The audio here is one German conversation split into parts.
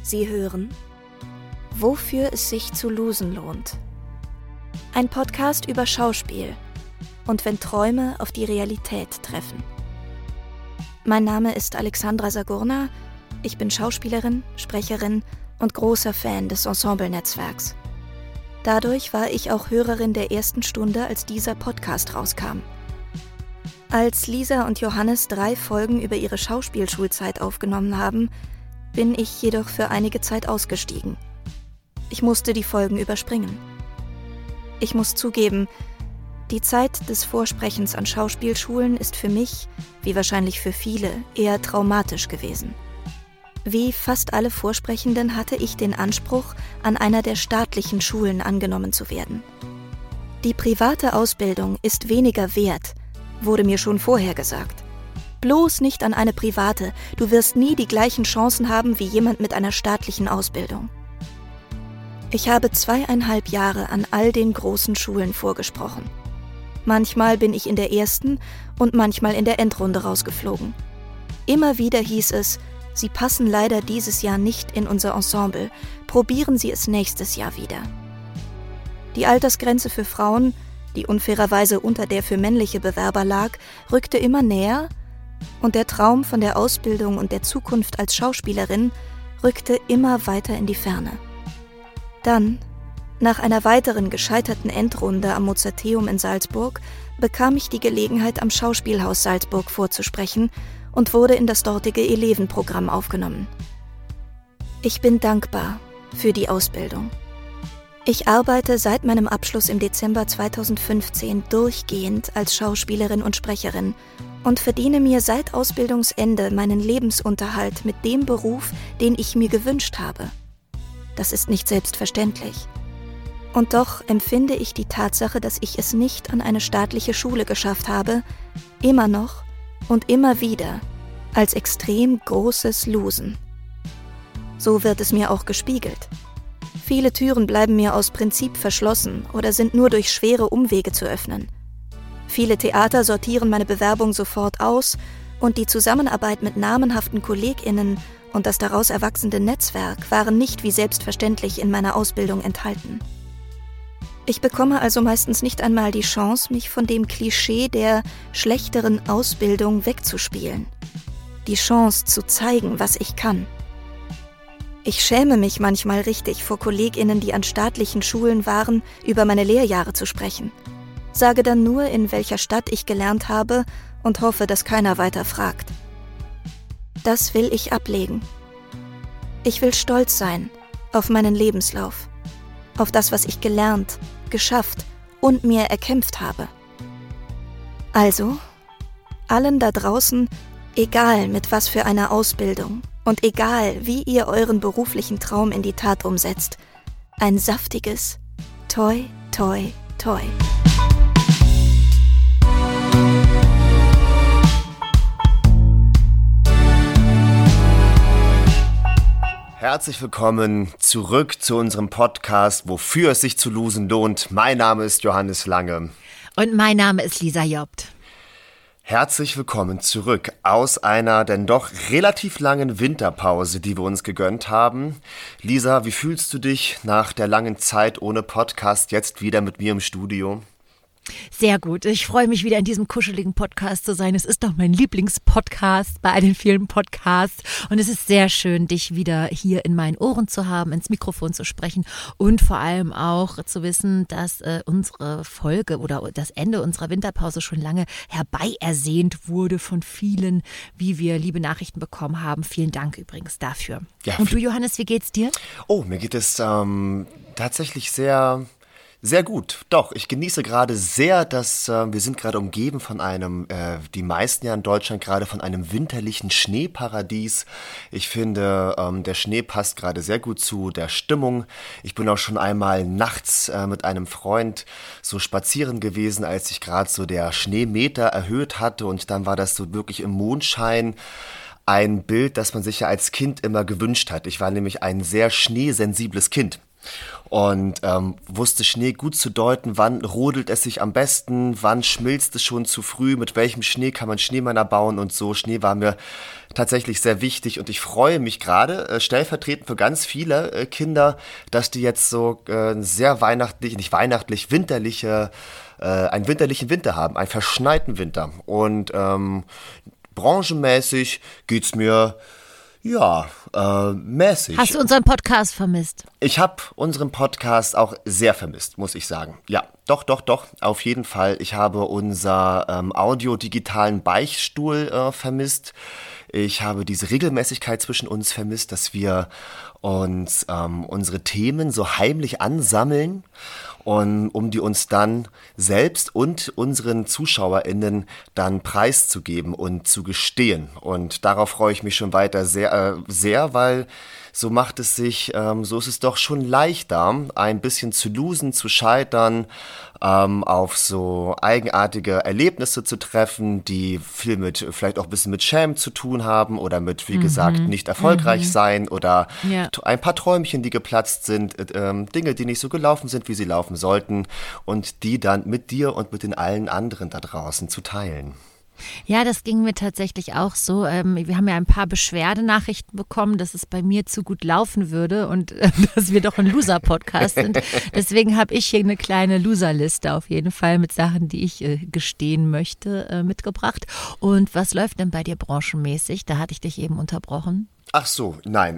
Sie hören Wofür es sich zu losen lohnt. Ein Podcast über Schauspiel und wenn Träume auf die Realität treffen. Mein Name ist Alexandra Sagurna, ich bin Schauspielerin, Sprecherin und großer Fan des Ensemble-Netzwerks. Dadurch war ich auch Hörerin der ersten Stunde, als dieser Podcast rauskam. Als Lisa und Johannes 3 Folgen über ihre Schauspielschulzeit aufgenommen haben, bin ich jedoch für einige Zeit ausgestiegen. Ich musste die Folgen überspringen. Ich muss zugeben, die Zeit des Vorsprechens an Schauspielschulen ist für mich, wie wahrscheinlich für viele, eher traumatisch gewesen. Wie fast alle Vorsprechenden hatte ich den Anspruch, an einer der staatlichen Schulen angenommen zu werden. Die private Ausbildung ist weniger wert, wurde mir schon vorher gesagt. Bloß nicht an eine private, du wirst nie die gleichen Chancen haben wie jemand mit einer staatlichen Ausbildung. Ich habe 2,5 Jahre an all den großen Schulen vorgesprochen. Manchmal bin ich in der ersten und manchmal in der Endrunde rausgeflogen. Immer wieder hieß es, Sie passen leider dieses Jahr nicht in unser Ensemble, probieren Sie es nächstes Jahr wieder. Die Altersgrenze für Frauen, die unfairerweise unter der für männliche Bewerber lag, rückte immer näher und der Traum von der Ausbildung und der Zukunft als Schauspielerin rückte immer weiter in die Ferne. Dann, nach einer weiteren gescheiterten Endrunde am Mozarteum in Salzburg, bekam ich die Gelegenheit, am Schauspielhaus Salzburg vorzusprechen und wurde in das dortige Elevenprogramm aufgenommen. Ich bin dankbar für die Ausbildung. Ich arbeite seit meinem Abschluss im Dezember 2015 durchgehend als Schauspielerin und Sprecherin und verdiene mir seit Ausbildungsende meinen Lebensunterhalt mit dem Beruf, den ich mir gewünscht habe. Das ist nicht selbstverständlich. Und doch empfinde ich die Tatsache, dass ich es nicht an eine staatliche Schule geschafft habe, immer noch und immer wieder als extrem großes Losen. So wird es mir auch gespiegelt. Viele Türen bleiben mir aus Prinzip verschlossen oder sind nur durch schwere Umwege zu öffnen. Viele Theater sortieren meine Bewerbung sofort aus und die Zusammenarbeit mit namenhaften KollegInnen und das daraus erwachsende Netzwerk waren nicht wie selbstverständlich in meiner Ausbildung enthalten. Ich bekomme also meistens nicht einmal die Chance, mich von dem Klischee der schlechteren Ausbildung wegzuspielen. Die Chance zu zeigen, was ich kann. Ich schäme mich manchmal richtig vor KollegInnen, die an staatlichen Schulen waren, über meine Lehrjahre zu sprechen. Sage dann nur, in welcher Stadt ich gelernt habe und hoffe, dass keiner weiter fragt. Das will ich ablegen. Ich will stolz sein auf meinen Lebenslauf, auf das, was ich gelernt, geschafft und mir erkämpft habe. Also, allen da draußen, egal mit was für einer Ausbildung und egal wie ihr euren beruflichen Traum in die Tat umsetzt, ein saftiges Toi, toi, toi. Herzlich willkommen zurück zu unserem Podcast, wofür es sich zu losen lohnt. Mein Name ist Johannes Lange. Und mein Name ist Lisa Jobt. Herzlich willkommen zurück aus einer denn doch relativ langen Winterpause, die wir uns gegönnt haben. Lisa, wie fühlst du dich nach der langen Zeit ohne Podcast jetzt wieder mit mir im Studio? Sehr gut. Ich freue mich wieder in diesem kuscheligen Podcast zu sein. Es ist doch mein Lieblingspodcast bei all den vielen Podcasts. Und es ist sehr schön, dich wieder hier in meinen Ohren zu haben, ins Mikrofon zu sprechen und vor allem auch zu wissen, dass unsere Folge oder das Ende unserer Winterpause schon lange herbeiersehnt wurde von vielen, wie wir liebe Nachrichten bekommen haben. Vielen Dank übrigens dafür. Ja, und du, Johannes, wie geht's dir? Oh, mir geht es tatsächlich sehr gut. Doch, ich genieße gerade sehr, dass wir sind gerade umgeben von einem, die meisten ja in Deutschland gerade von einem winterlichen Schneeparadies. Ich finde, der Schnee passt gerade sehr gut zu der Stimmung. Ich bin auch schon einmal nachts mit einem Freund so spazieren gewesen, als sich gerade so der Schneemeter erhöht hatte und dann war das so wirklich im Mondschein. Ein Bild, das man sich ja als Kind immer gewünscht hat. Ich war nämlich ein sehr schneesensibles Kind. und wusste Schnee gut zu deuten, wann rodelt es sich am besten, wann schmilzt es schon zu früh, mit welchem Schnee kann man Schneemänner bauen und so. Schnee war mir tatsächlich sehr wichtig und ich freue mich gerade stellvertretend für ganz viele Kinder, dass die jetzt so sehr weihnachtlich, nicht weihnachtlich, einen winterlichen Winter haben, einen verschneiten Winter. Und branchenmäßig geht's mir mäßig. Hast du unseren Podcast vermisst? Ich habe unseren Podcast auch sehr vermisst, muss ich sagen. Ja, doch, auf jeden Fall. Ich habe unser audiodigitalen Beichtstuhl vermisst. Ich habe diese Regelmäßigkeit zwischen uns vermisst, dass wir uns unsere Themen so heimlich ansammeln, und um die uns dann selbst und unseren ZuschauerInnen dann preiszugeben und zu gestehen. Und darauf freue ich mich schon weiter sehr, weil so macht es sich, so ist es doch schon leichter, ein bisschen zu losen, zu scheitern, auf so eigenartige Erlebnisse zu treffen, die viel vielleicht auch ein bisschen mit Scham zu tun haben oder mit, wie gesagt, nicht erfolgreich sein oder ein paar Träumchen, die geplatzt sind, Dinge, die nicht so gelaufen sind, wie sie laufen sollten und die dann mit dir und mit den allen anderen da draußen zu teilen. Ja, das ging mir tatsächlich auch so. Wir haben ja ein paar Beschwerdenachrichten bekommen, dass es bei mir zu gut laufen würde und dass wir doch ein Loser-Podcast sind. Deswegen habe ich hier eine kleine Loser-Liste auf jeden Fall mit Sachen, die ich gestehen möchte, mitgebracht. Und was läuft denn bei dir branchenmäßig? Da hatte ich dich eben unterbrochen. Ach so, nein,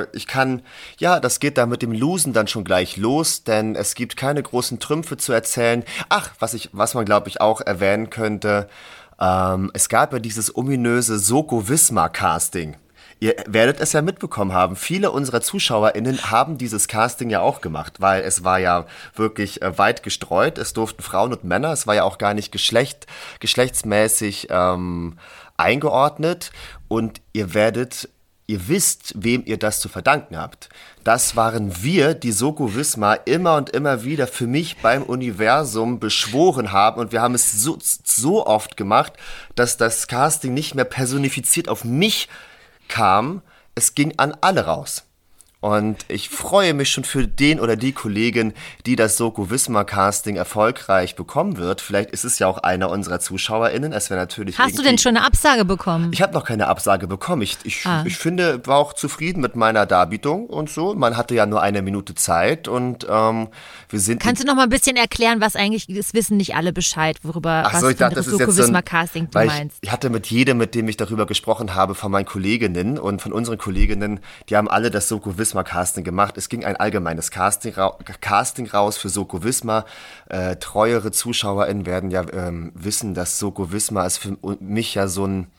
das geht da mit dem Losen dann schon gleich los, denn es gibt keine großen Trümpfe zu erzählen. Ach, was man glaube ich auch erwähnen könnte, es gab ja dieses ominöse Soko Wismar Casting. Ihr werdet es ja mitbekommen haben. Viele unserer ZuschauerInnen haben dieses Casting ja auch gemacht, weil es war ja wirklich weit gestreut. Es durften Frauen und Männer, es war ja auch gar nicht geschlechtsmäßig eingeordnet. Und ihr wisst, wem ihr das zu verdanken habt. Das waren wir, die Soko Wismar immer und immer wieder für mich beim Universum beschworen haben. Und wir haben es so oft gemacht, dass das Casting nicht mehr personifiziert auf mich kam. Es ging an alle raus. Und ich freue mich schon für den oder die Kollegin, die das Soko Wismar Casting erfolgreich bekommen wird. Vielleicht ist es ja auch einer unserer ZuschauerInnen. Es wäre natürlich. Hast du denn schon eine Absage bekommen? Ich habe noch keine Absage bekommen. Ich finde, war auch zufrieden mit meiner Darbietung und so. Man hatte ja nur 1 Minute Zeit und wir sind. Kannst du noch mal ein bisschen erklären, was eigentlich, das wissen nicht alle Bescheid, was das Soko Wismar Casting du meinst? Ich hatte mit jedem, mit dem ich darüber gesprochen habe, von meinen Kolleginnen und von unseren Kolleginnen, die haben alle das Soko Wismar Casting gemacht. Es ging ein allgemeines Casting raus für Soko Wismar. Treuere ZuschauerInnen werden ja wissen, dass Soko Wismar ist für mich ja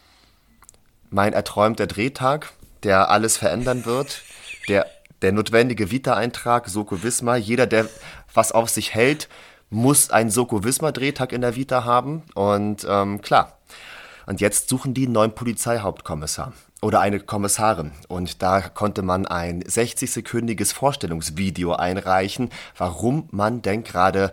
mein erträumter Drehtag, der alles verändern wird. Der notwendige Vita-Eintrag, Soko Wismar. Jeder, der was auf sich hält, muss einen Soko Wismar Drehtag in der Vita haben. Und klar. Und jetzt suchen die einen neuen Polizeihauptkommissar. Oder eine Kommissarin. Und da konnte man ein 60-sekündiges Vorstellungsvideo einreichen, warum man denn gerade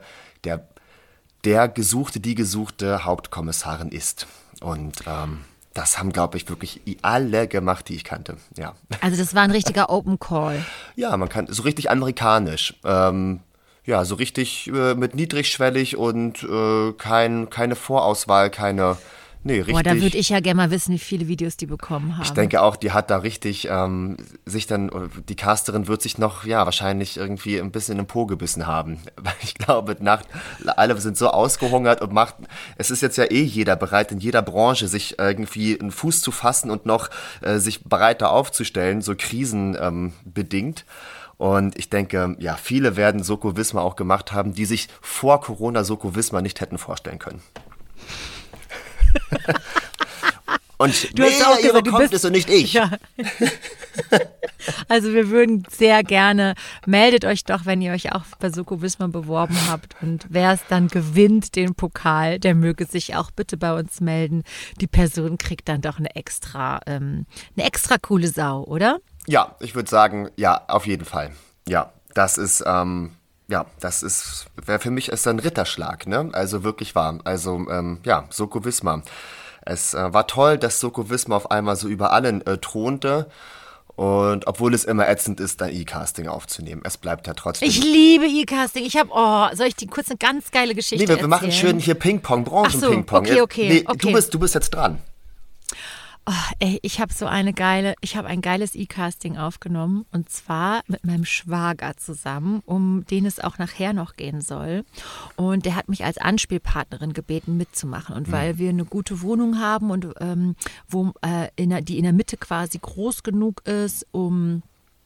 die gesuchte Hauptkommissarin ist. Und das haben, glaube ich, wirklich alle gemacht, die ich kannte. Ja. Also das war ein richtiger Open Call. Ja, man kann so richtig amerikanisch. So richtig mit niedrigschwellig und keine Vorauswahl, Nee, richtig. Boah, da würde ich ja gerne mal wissen, wie viele Videos die bekommen haben. Ich denke auch, die hat da richtig die Casterin wird sich noch, wahrscheinlich irgendwie ein bisschen im Po gebissen haben. Ich glaube, alle sind so ausgehungert und es ist jetzt ja jeder bereit, in jeder Branche sich irgendwie einen Fuß zu fassen und noch sich breiter aufzustellen, so krisenbedingt. Und ich denke, viele werden Soko Wismar auch gemacht haben, die sich vor Corona Soko Wismar nicht hätten vorstellen können. Und du hast auch ihr gesagt, bekommt es und nicht ich. Ja. Also wir würden sehr gerne, meldet euch doch, wenn ihr euch auch bei Soko Wismar beworben habt. Und wer es dann gewinnt, den Pokal, der möge sich auch bitte bei uns melden. Die Person kriegt dann doch eine extra coole Sau, oder? Ja, ich würde sagen, ja, auf jeden Fall. Ja, das ist... für mich ist ein Ritterschlag, ne? Also wirklich wahr. Also, Soko Wismar. Es war toll, dass Soko Wismar auf einmal so über allen thronte. Und obwohl es immer ätzend ist, da E-Casting aufzunehmen, es bleibt ja trotzdem. Ich liebe E-Casting. Soll ich dir kurz eine ganz geile Geschichte erzählen? Wir machen schön hier Ping-Pong, Branchen-Ping-Pong. Okay. Du bist jetzt dran. Ich habe ein geiles E-Casting aufgenommen und zwar mit meinem Schwager zusammen, um den es auch nachher noch gehen soll. Und der hat mich als Anspielpartnerin gebeten, mitzumachen. Und weil wir eine gute Wohnung haben und die in der Mitte quasi groß genug ist, um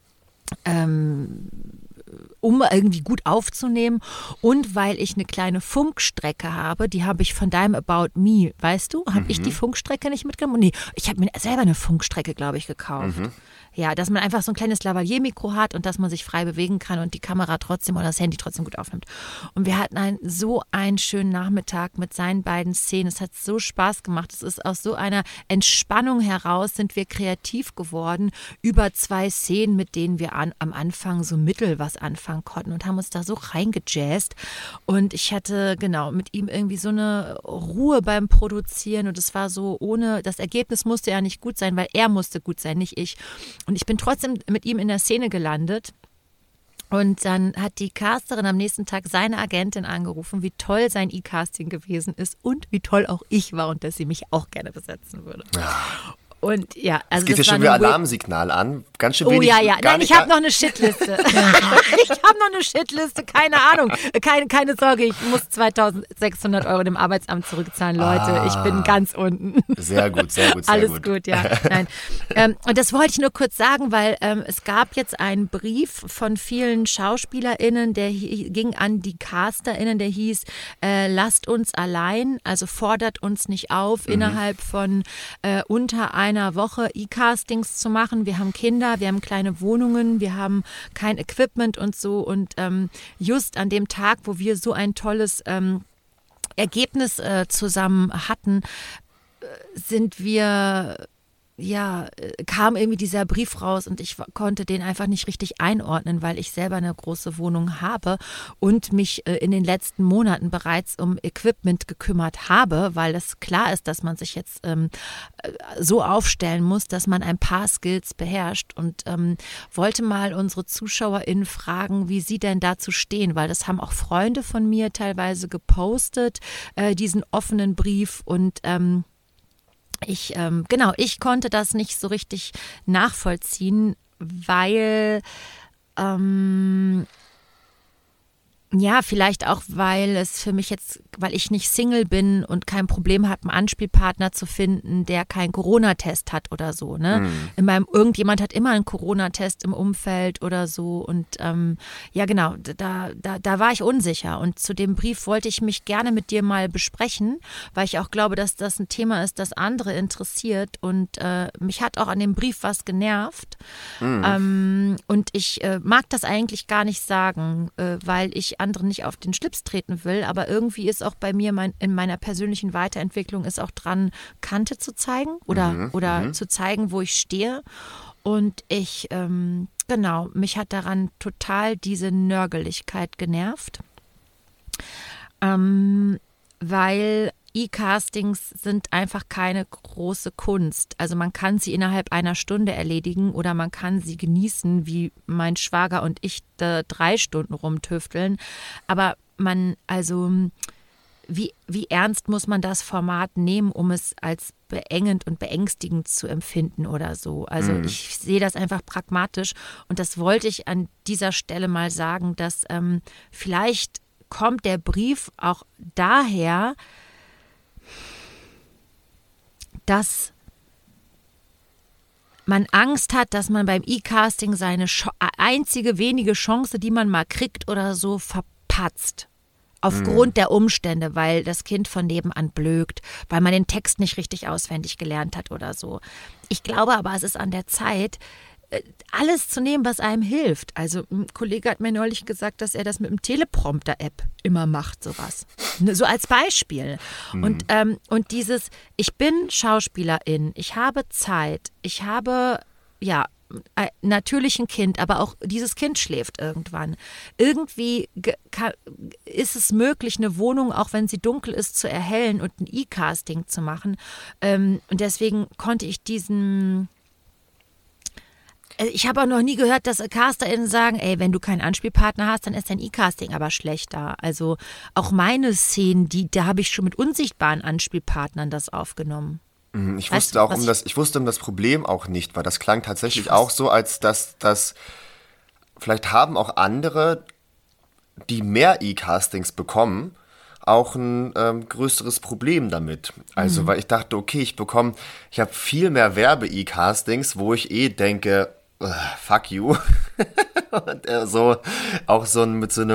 irgendwie gut aufzunehmen und weil ich eine kleine Funkstrecke habe, die habe ich von deinem About Me, weißt du? Habe ich die Funkstrecke nicht mitgenommen? Nee, ich habe mir selber eine Funkstrecke, glaube ich, gekauft. Ja, dass man einfach so ein kleines Lavalier-Mikro hat und dass man sich frei bewegen kann und die Kamera trotzdem oder das Handy trotzdem gut aufnimmt. Und wir hatten so einen schönen Nachmittag mit seinen beiden Szenen. Es hat so Spaß gemacht. Es ist aus so einer Entspannung heraus sind wir kreativ geworden über 2 Szenen, mit denen wir am Anfang so mittel was anfangen konnten und haben uns da so reingejazzt. Und ich hatte mit ihm irgendwie so eine Ruhe beim Produzieren und es war so das Ergebnis musste ja nicht gut sein, weil er musste gut sein, nicht ich. Und ich bin trotzdem mit ihm in der Szene gelandet. Und dann hat die Casterin am nächsten Tag seine Agentin angerufen, wie toll sein E-Casting gewesen ist und wie toll auch ich war und dass sie mich auch gerne besetzen würde. Ja. Und ja, also es geht ja schon wieder Alarmsignal an. Ganz schön wenig. Oh ja. Nein, ich habe noch eine Shitliste. Keine Ahnung. Keine Sorge, ich muss 2.600 € dem Arbeitsamt zurückzahlen, Leute. Ich bin ganz unten. Sehr gut. Alles gut, ja. Nein. Und das wollte ich nur kurz sagen, weil es gab jetzt einen Brief von vielen SchauspielerInnen, der ging an die CasterInnen, der hieß, lasst uns allein, also fordert uns nicht auf, innerhalb von unter einer Woche E-Castings zu machen. Wir haben Kinder, wir haben kleine Wohnungen, wir haben kein Equipment und so. Und just an dem Tag, wo wir so ein tolles Ergebnis zusammen hatten, kam irgendwie dieser Brief raus und ich konnte den einfach nicht richtig einordnen, weil ich selber eine große Wohnung habe und mich in den letzten Monaten bereits um Equipment gekümmert habe, weil es klar ist, dass man sich jetzt so aufstellen muss, dass man ein paar Skills beherrscht und wollte mal unsere ZuschauerInnen fragen, wie sie denn dazu stehen, weil das haben auch Freunde von mir teilweise gepostet, diesen offenen Brief und ich konnte das nicht so richtig nachvollziehen, weil vielleicht auch, weil es für mich jetzt, weil ich nicht Single bin und kein Problem habe, einen Anspielpartner zu finden, der keinen Corona-Test hat oder so. Ne? Irgendjemand hat immer einen Corona-Test im Umfeld oder so. Und da war ich unsicher. Und zu dem Brief wollte ich mich gerne mit dir mal besprechen, weil ich auch glaube, dass das ein Thema ist, das andere interessiert. Und mich hat auch an dem Brief was genervt. Und ich mag das eigentlich gar nicht sagen, weil ich anderen nicht auf den Schlips treten will, aber irgendwie ist auch bei mir in meiner persönlichen Weiterentwicklung ist auch dran, Kante zu zeigen oder zu zeigen, wo ich stehe. Und mich hat daran total diese Nörgeligkeit genervt, weil E-Castings sind einfach keine große Kunst. Also man kann sie innerhalb einer Stunde erledigen oder man kann sie genießen, wie mein Schwager und ich da 3 Stunden rumtüfteln. Aber wie ernst muss man das Format nehmen, um es als beengend und beängstigend zu empfinden oder so. Also ich sehe das einfach pragmatisch und das wollte ich an dieser Stelle mal sagen, dass vielleicht kommt der Brief auch daher, dass man Angst hat, dass man beim E-Casting seine einzige wenige Chance, die man mal kriegt oder so, verpatzt. Aufgrund der Umstände, weil das Kind von nebenan blökt, weil man den Text nicht richtig auswendig gelernt hat oder so. Ich glaube aber, es ist an der Zeit, alles zu nehmen, was einem hilft. Also ein Kollege hat mir neulich gesagt, dass er das mit dem Teleprompter-App immer macht, sowas. So als Beispiel. Und dieses, ich bin Schauspielerin, ich habe Zeit, ich habe, natürlich ein Kind, aber auch dieses Kind schläft irgendwann. Irgendwie ist es möglich, eine Wohnung, auch wenn sie dunkel ist, zu erhellen und ein E-Casting zu machen. Und deswegen konnte ich diesen Ich habe auch noch nie gehört, dass CasterInnen sagen, ey, wenn du keinen Anspielpartner hast, dann ist dein E-Casting aber schlechter. Also auch meine Szenen, da habe ich schon mit unsichtbaren Anspielpartnern das aufgenommen. Ich wusste um das Problem auch nicht, weil das klang tatsächlich auch so, als dass vielleicht haben auch andere, die mehr E-Castings bekommen, auch ein größeres Problem damit. Also, weil ich dachte, okay, ich habe viel mehr Werbe-E-Castings, wo ich denke, fuck you. Und mit so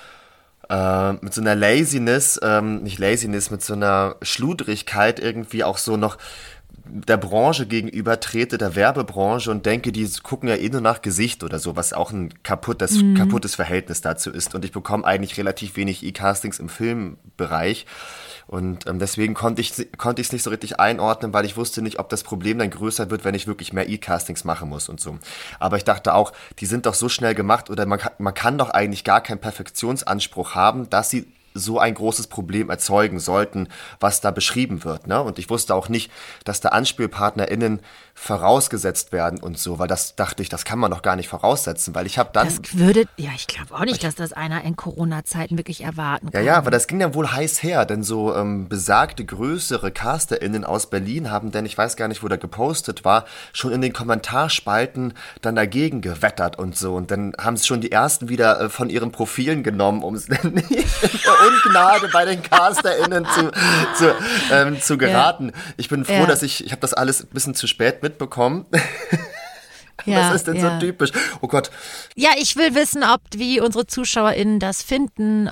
einer Laziness, nicht Laziness, mit so einer Schludrigkeit irgendwie auch so noch der Branche gegenüber trete, der Werbebranche und denke, die gucken ja nur nach Gesicht oder so, was auch ein kaputtes Verhältnis dazu ist. Und ich bekomme eigentlich relativ wenig E-Castings im Filmbereich. Und deswegen konnte ich es nicht so richtig einordnen, weil ich wusste nicht, ob das Problem dann größer wird, wenn ich wirklich mehr E-Castings machen muss und so. Aber ich dachte auch, die sind doch so schnell gemacht oder man kann doch eigentlich gar keinen Perfektionsanspruch haben, dass sie so ein großes Problem erzeugen sollten, was da beschrieben wird. Ne? Und ich wusste auch nicht, dass da AnspielpartnerInnen vorausgesetzt werden und so, weil das dachte ich, das kann man doch gar nicht voraussetzen, weil ich habe dann... ich glaube auch nicht, dass das einer in Corona-Zeiten wirklich erwarten kann. Ja, aber das ging dann wohl heiß her, denn so besagte größere CasterInnen aus Berlin haben, denn ich weiß gar nicht, wo der gepostet war, schon in den Kommentarspalten dann dagegen gewettert und so. Und dann haben sie schon die ersten wieder von ihren Profilen genommen, um es dann nicht in Ungnade bei den CasterInnen zu geraten. Ja. Ich bin froh, dass ich habe das alles ein bisschen zu spät mitbekommen. Was ist denn so typisch? Oh Gott. Ja, ich will wissen, wie unsere ZuschauerInnen das finden,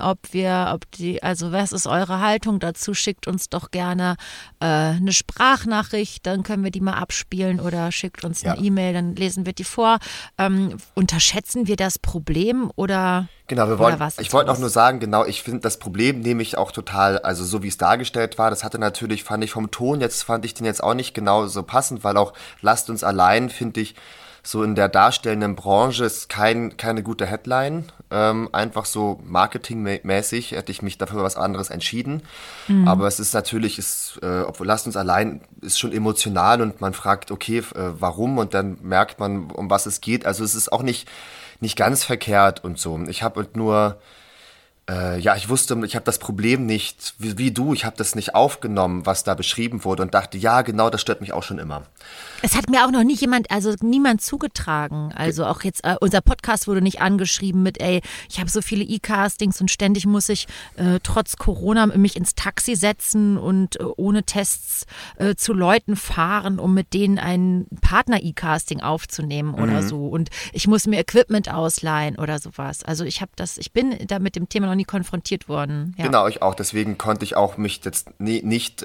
was ist eure Haltung dazu? Schickt uns doch gerne eine Sprachnachricht, dann können wir die mal abspielen oder schickt uns eine E-Mail, dann lesen wir die vor. Unterschätzen wir das Problem oder... Genau, ich wollte auch nur sagen, genau, ich finde das Problem nehme ich auch total, also so wie es dargestellt war, das hatte natürlich, fand ich vom Ton, fand ich den jetzt auch nicht genau so passend, weil auch Lasst uns allein, finde ich, so in der darstellenden Branche ist keine gute Headline. Einfach so marketingmäßig hätte ich mich dafür was anderes entschieden. Aber es ist natürlich, obwohl Lasst uns allein ist schon emotional und man fragt, okay, warum? Und dann merkt man, um was es geht. Also es ist auch nicht ganz verkehrt und so. Ich habe nur... ich wusste, ich habe das Problem nicht, wie du, ich habe das nicht aufgenommen, was da beschrieben wurde und dachte, ja, genau, das stört mich auch schon immer. Es hat mir auch noch niemand zugetragen. Also auch jetzt, unser Podcast wurde nicht angeschrieben mit, ich habe so viele E-Castings und ständig muss ich trotz Corona mich ins Taxi setzen und ohne Tests zu Leuten fahren, um mit denen ein Partner-E-Casting aufzunehmen oder so. Und ich muss mir Equipment ausleihen oder sowas. Also ich bin da mit dem Thema noch nie konfrontiert worden. Ja. Genau, ich auch. Deswegen konnte ich auch mich jetzt nicht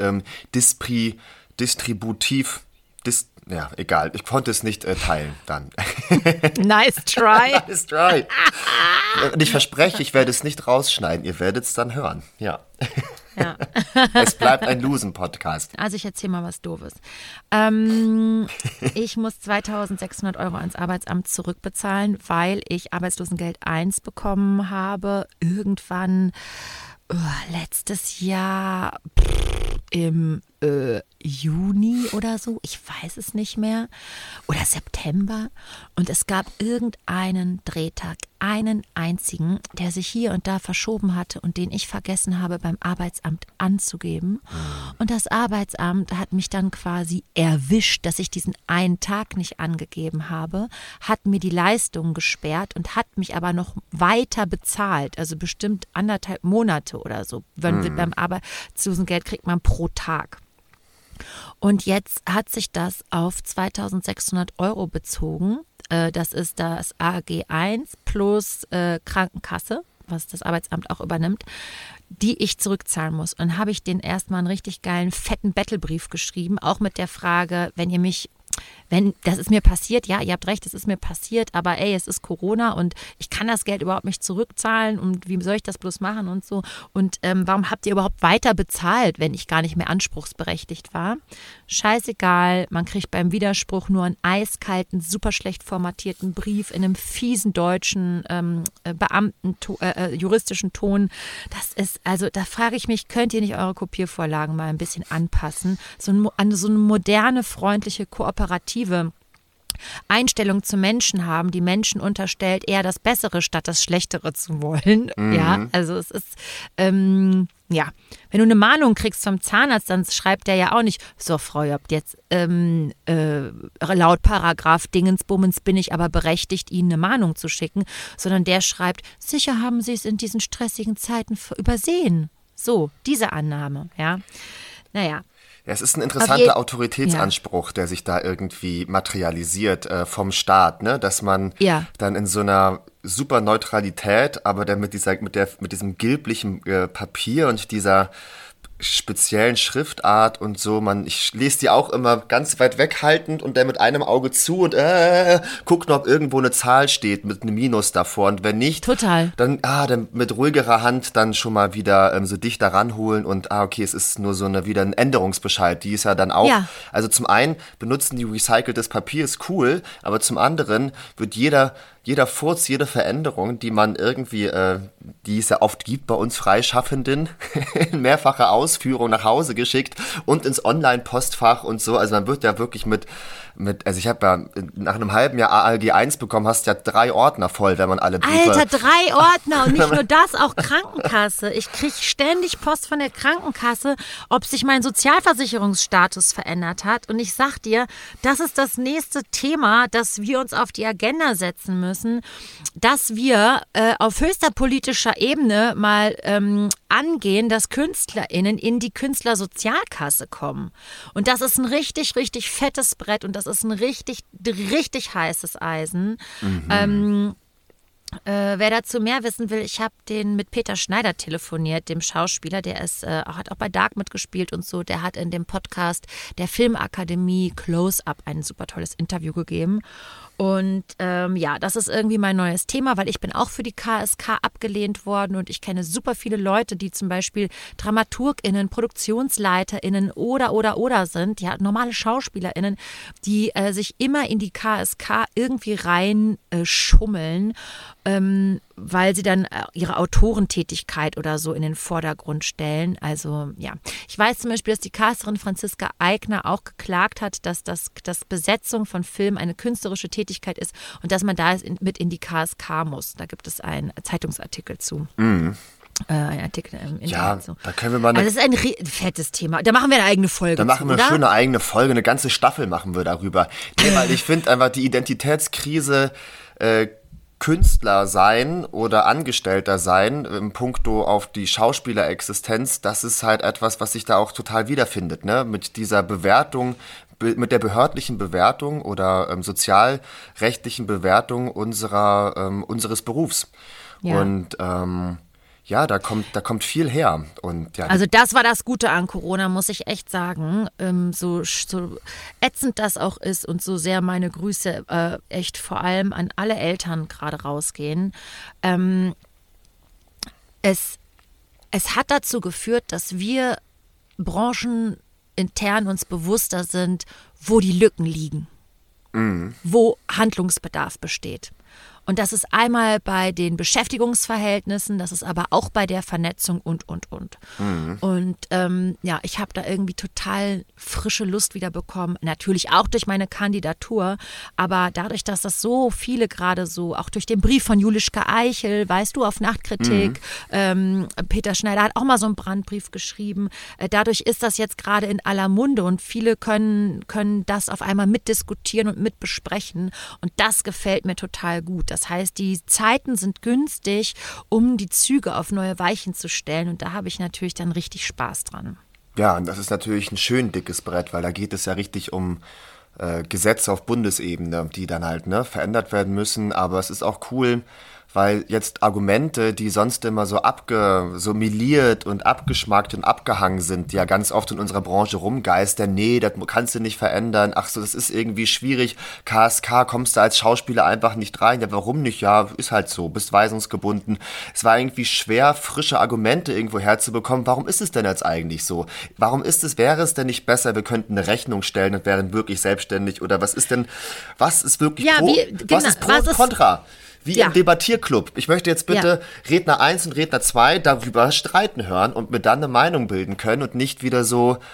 distributiv egal. Ich konnte es nicht teilen dann. Nice try. Nice try. Und ich verspreche, ich werde es nicht rausschneiden. Ihr werdet es dann hören. Ja. Ja. Es bleibt ein Losen-Podcast. Also ich erzähle mal was Doofes. Ich muss 2.600 € ans Arbeitsamt zurückbezahlen, weil ich Arbeitslosengeld 1 bekommen habe. Irgendwann letztes Jahr im Juni oder so, ich weiß es nicht mehr, oder September. Und es gab irgendeinen Drehtag, einen einzigen, der sich hier und da verschoben hatte und den ich vergessen habe beim Arbeitsamt anzugeben. Und das Arbeitsamt hat mich dann quasi erwischt, dass ich diesen einen Tag nicht angegeben habe, hat mir die Leistung gesperrt und hat mich aber noch weiter bezahlt, also bestimmt 1,5 Monate oder so. Beim Arbeitslosengeld kriegt man pro Tag. Und jetzt hat sich das auf 2.600 € bezogen. Das ist das AG 1 plus Krankenkasse, was das Arbeitsamt auch übernimmt, die ich zurückzahlen muss. Und habe ich denen erstmal einen richtig geilen, fetten Battlebrief geschrieben, auch mit der Frage, wenn das ist mir passiert, ja, ihr habt recht, es ist mir passiert, aber es ist Corona und ich kann das Geld überhaupt nicht zurückzahlen und wie soll ich das bloß machen und so und warum habt ihr überhaupt weiter bezahlt, wenn ich gar nicht mehr anspruchsberechtigt war? Scheißegal, man kriegt beim Widerspruch nur einen eiskalten, super schlecht formatierten Brief in einem fiesen deutschen juristischen Ton. Das ist, also da frage ich mich, könnt ihr nicht eure Kopiervorlagen mal ein bisschen anpassen? So eine moderne, freundliche, kooperative Einstellung zu Menschen haben, die Menschen unterstellt, eher das Bessere statt das Schlechtere zu wollen. Ja, also es ist, wenn du eine Mahnung kriegst vom Zahnarzt, dann schreibt der ja auch nicht, so Frau Job, jetzt laut Paragraph Dingensbummens bin ich aber berechtigt, Ihnen eine Mahnung zu schicken, sondern der schreibt, sicher haben Sie es in diesen stressigen Zeiten übersehen. So, diese Annahme, ja. Naja. Ja, es ist ein interessanter Autoritätsanspruch, der sich da irgendwie materialisiert vom Staat, ne? Dass man dann in so einer super Neutralität, aber dann mit diesem gelblichen Papier und dieser speziellen Schriftart und so, ich lese die auch immer ganz weit weghaltend und dann mit einem Auge zu und gucken, ob irgendwo eine Zahl steht mit einem Minus davor und wenn nicht, dann mit ruhigerer Hand dann schon mal wieder so dichter ranholen und okay, es ist nur wieder ein Änderungsbescheid, die ist ja dann auch, also zum einen benutzen die recyceltes Papier, ist cool, aber zum anderen wird jeder Furz, jede Veränderung, die man irgendwie, die es ja oft gibt bei uns Freischaffenden, in mehrfacher Ausführung nach Hause geschickt und ins Online-Postfach und so. Also man wird ja wirklich also ich habe ja nach einem halben Jahr ALG 1 bekommen, hast ja 3 Ordner voll, wenn man alle Briefe... Alter, 3 Ordner und nicht nur das, auch Krankenkasse. Ich kriege ständig Post von der Krankenkasse, ob sich mein Sozialversicherungsstatus verändert hat. Und ich sag dir, das ist das nächste Thema, das wir uns auf die Agenda setzen müssen, dass wir auf höchster politischer Ebene mal angehen, dass KünstlerInnen in die Künstlersozialkasse kommen. Und das ist ein richtig, richtig fettes Brett und das ist ein richtig, richtig heißes Eisen. Wer dazu mehr wissen will, ich habe mit Peter Schneider telefoniert, dem Schauspieler, der hat auch bei Dark mitgespielt und so, der hat in dem Podcast der Filmakademie Close-Up ein super tolles Interview gegeben. Und das ist irgendwie mein neues Thema, weil ich bin auch für die KSK abgelehnt worden und ich kenne super viele Leute, die zum Beispiel DramaturgInnen, ProduktionsleiterInnen oder sind, ja, normale SchauspielerInnen, die sich immer in die KSK irgendwie reinschummeln, weil sie dann ihre Autorentätigkeit oder so in den Vordergrund stellen. Also ja, ich weiß zum Beispiel, dass die Casterin Franziska Eigner auch geklagt hat, dass Besetzung von Film eine künstlerische Tätigkeit ist und dass man da mit in die KSK muss. Da gibt es einen Zeitungsartikel zu. Mhm. Ein Artikel im Internet. Ja, so. Da können wir mal das ist ein fettes Thema. Da machen wir eine eigene Folge. Da machen wir eine schöne eigene Folge, eine ganze Staffel machen wir darüber. Nee, weil ich finde einfach die Identitätskrise Künstler sein oder Angestellter sein im Puncto auf die Schauspielerexistenz, das ist halt etwas, was sich da auch total wiederfindet, ne? Mit dieser Bewertung, mit der behördlichen Bewertung oder sozialrechtlichen Bewertung unseres Berufs. Ja. Und da kommt viel her. Und, ja, also das war das Gute an Corona, muss ich echt sagen. So ätzend das auch ist und so sehr meine Grüße echt vor allem an alle Eltern gerade rausgehen. Es hat dazu geführt, dass wir branchenintern uns bewusster sind, wo die Lücken liegen, wo Handlungsbedarf besteht. Und das ist einmal bei den Beschäftigungsverhältnissen, das ist aber auch bei der Vernetzung und. Mhm. Und ich habe da irgendwie total frische Lust wieder bekommen. Natürlich auch durch meine Kandidatur, aber dadurch, dass das so viele gerade so, auch durch den Brief von Julischka Eichel, weißt du, auf Nachtkritik, Peter Schneider hat auch mal so einen Brandbrief geschrieben. Dadurch ist das jetzt gerade in aller Munde und viele können das auf einmal mitdiskutieren und mitbesprechen. Und das gefällt mir total gut. Das heißt, die Zeiten sind günstig, um die Züge auf neue Weichen zu stellen. Und da habe ich natürlich dann richtig Spaß dran. Ja, und das ist natürlich ein schön dickes Brett, weil da geht es ja richtig um Gesetze auf Bundesebene, die dann halt verändert werden müssen. Aber es ist auch cool, weil jetzt Argumente, die sonst immer so miliert und abgeschmackt und abgehangen sind, die ja ganz oft in unserer Branche rumgeistern, nee, das kannst du nicht verändern, ach so, das ist irgendwie schwierig, KSK, kommst du als Schauspieler einfach nicht rein, ja, warum nicht, ja, ist halt so, bist weisungsgebunden. Es war irgendwie schwer, frische Argumente irgendwo herzubekommen, warum ist es denn jetzt eigentlich so? Wäre es denn nicht besser, wir könnten eine Rechnung stellen und wären wirklich selbstständig, oder was ist wirklich was ist pro und contra? Wie im Debattierclub. Ich möchte jetzt bitte Redner 1 und Redner 2 darüber streiten hören und mir dann eine Meinung bilden können und nicht wieder so,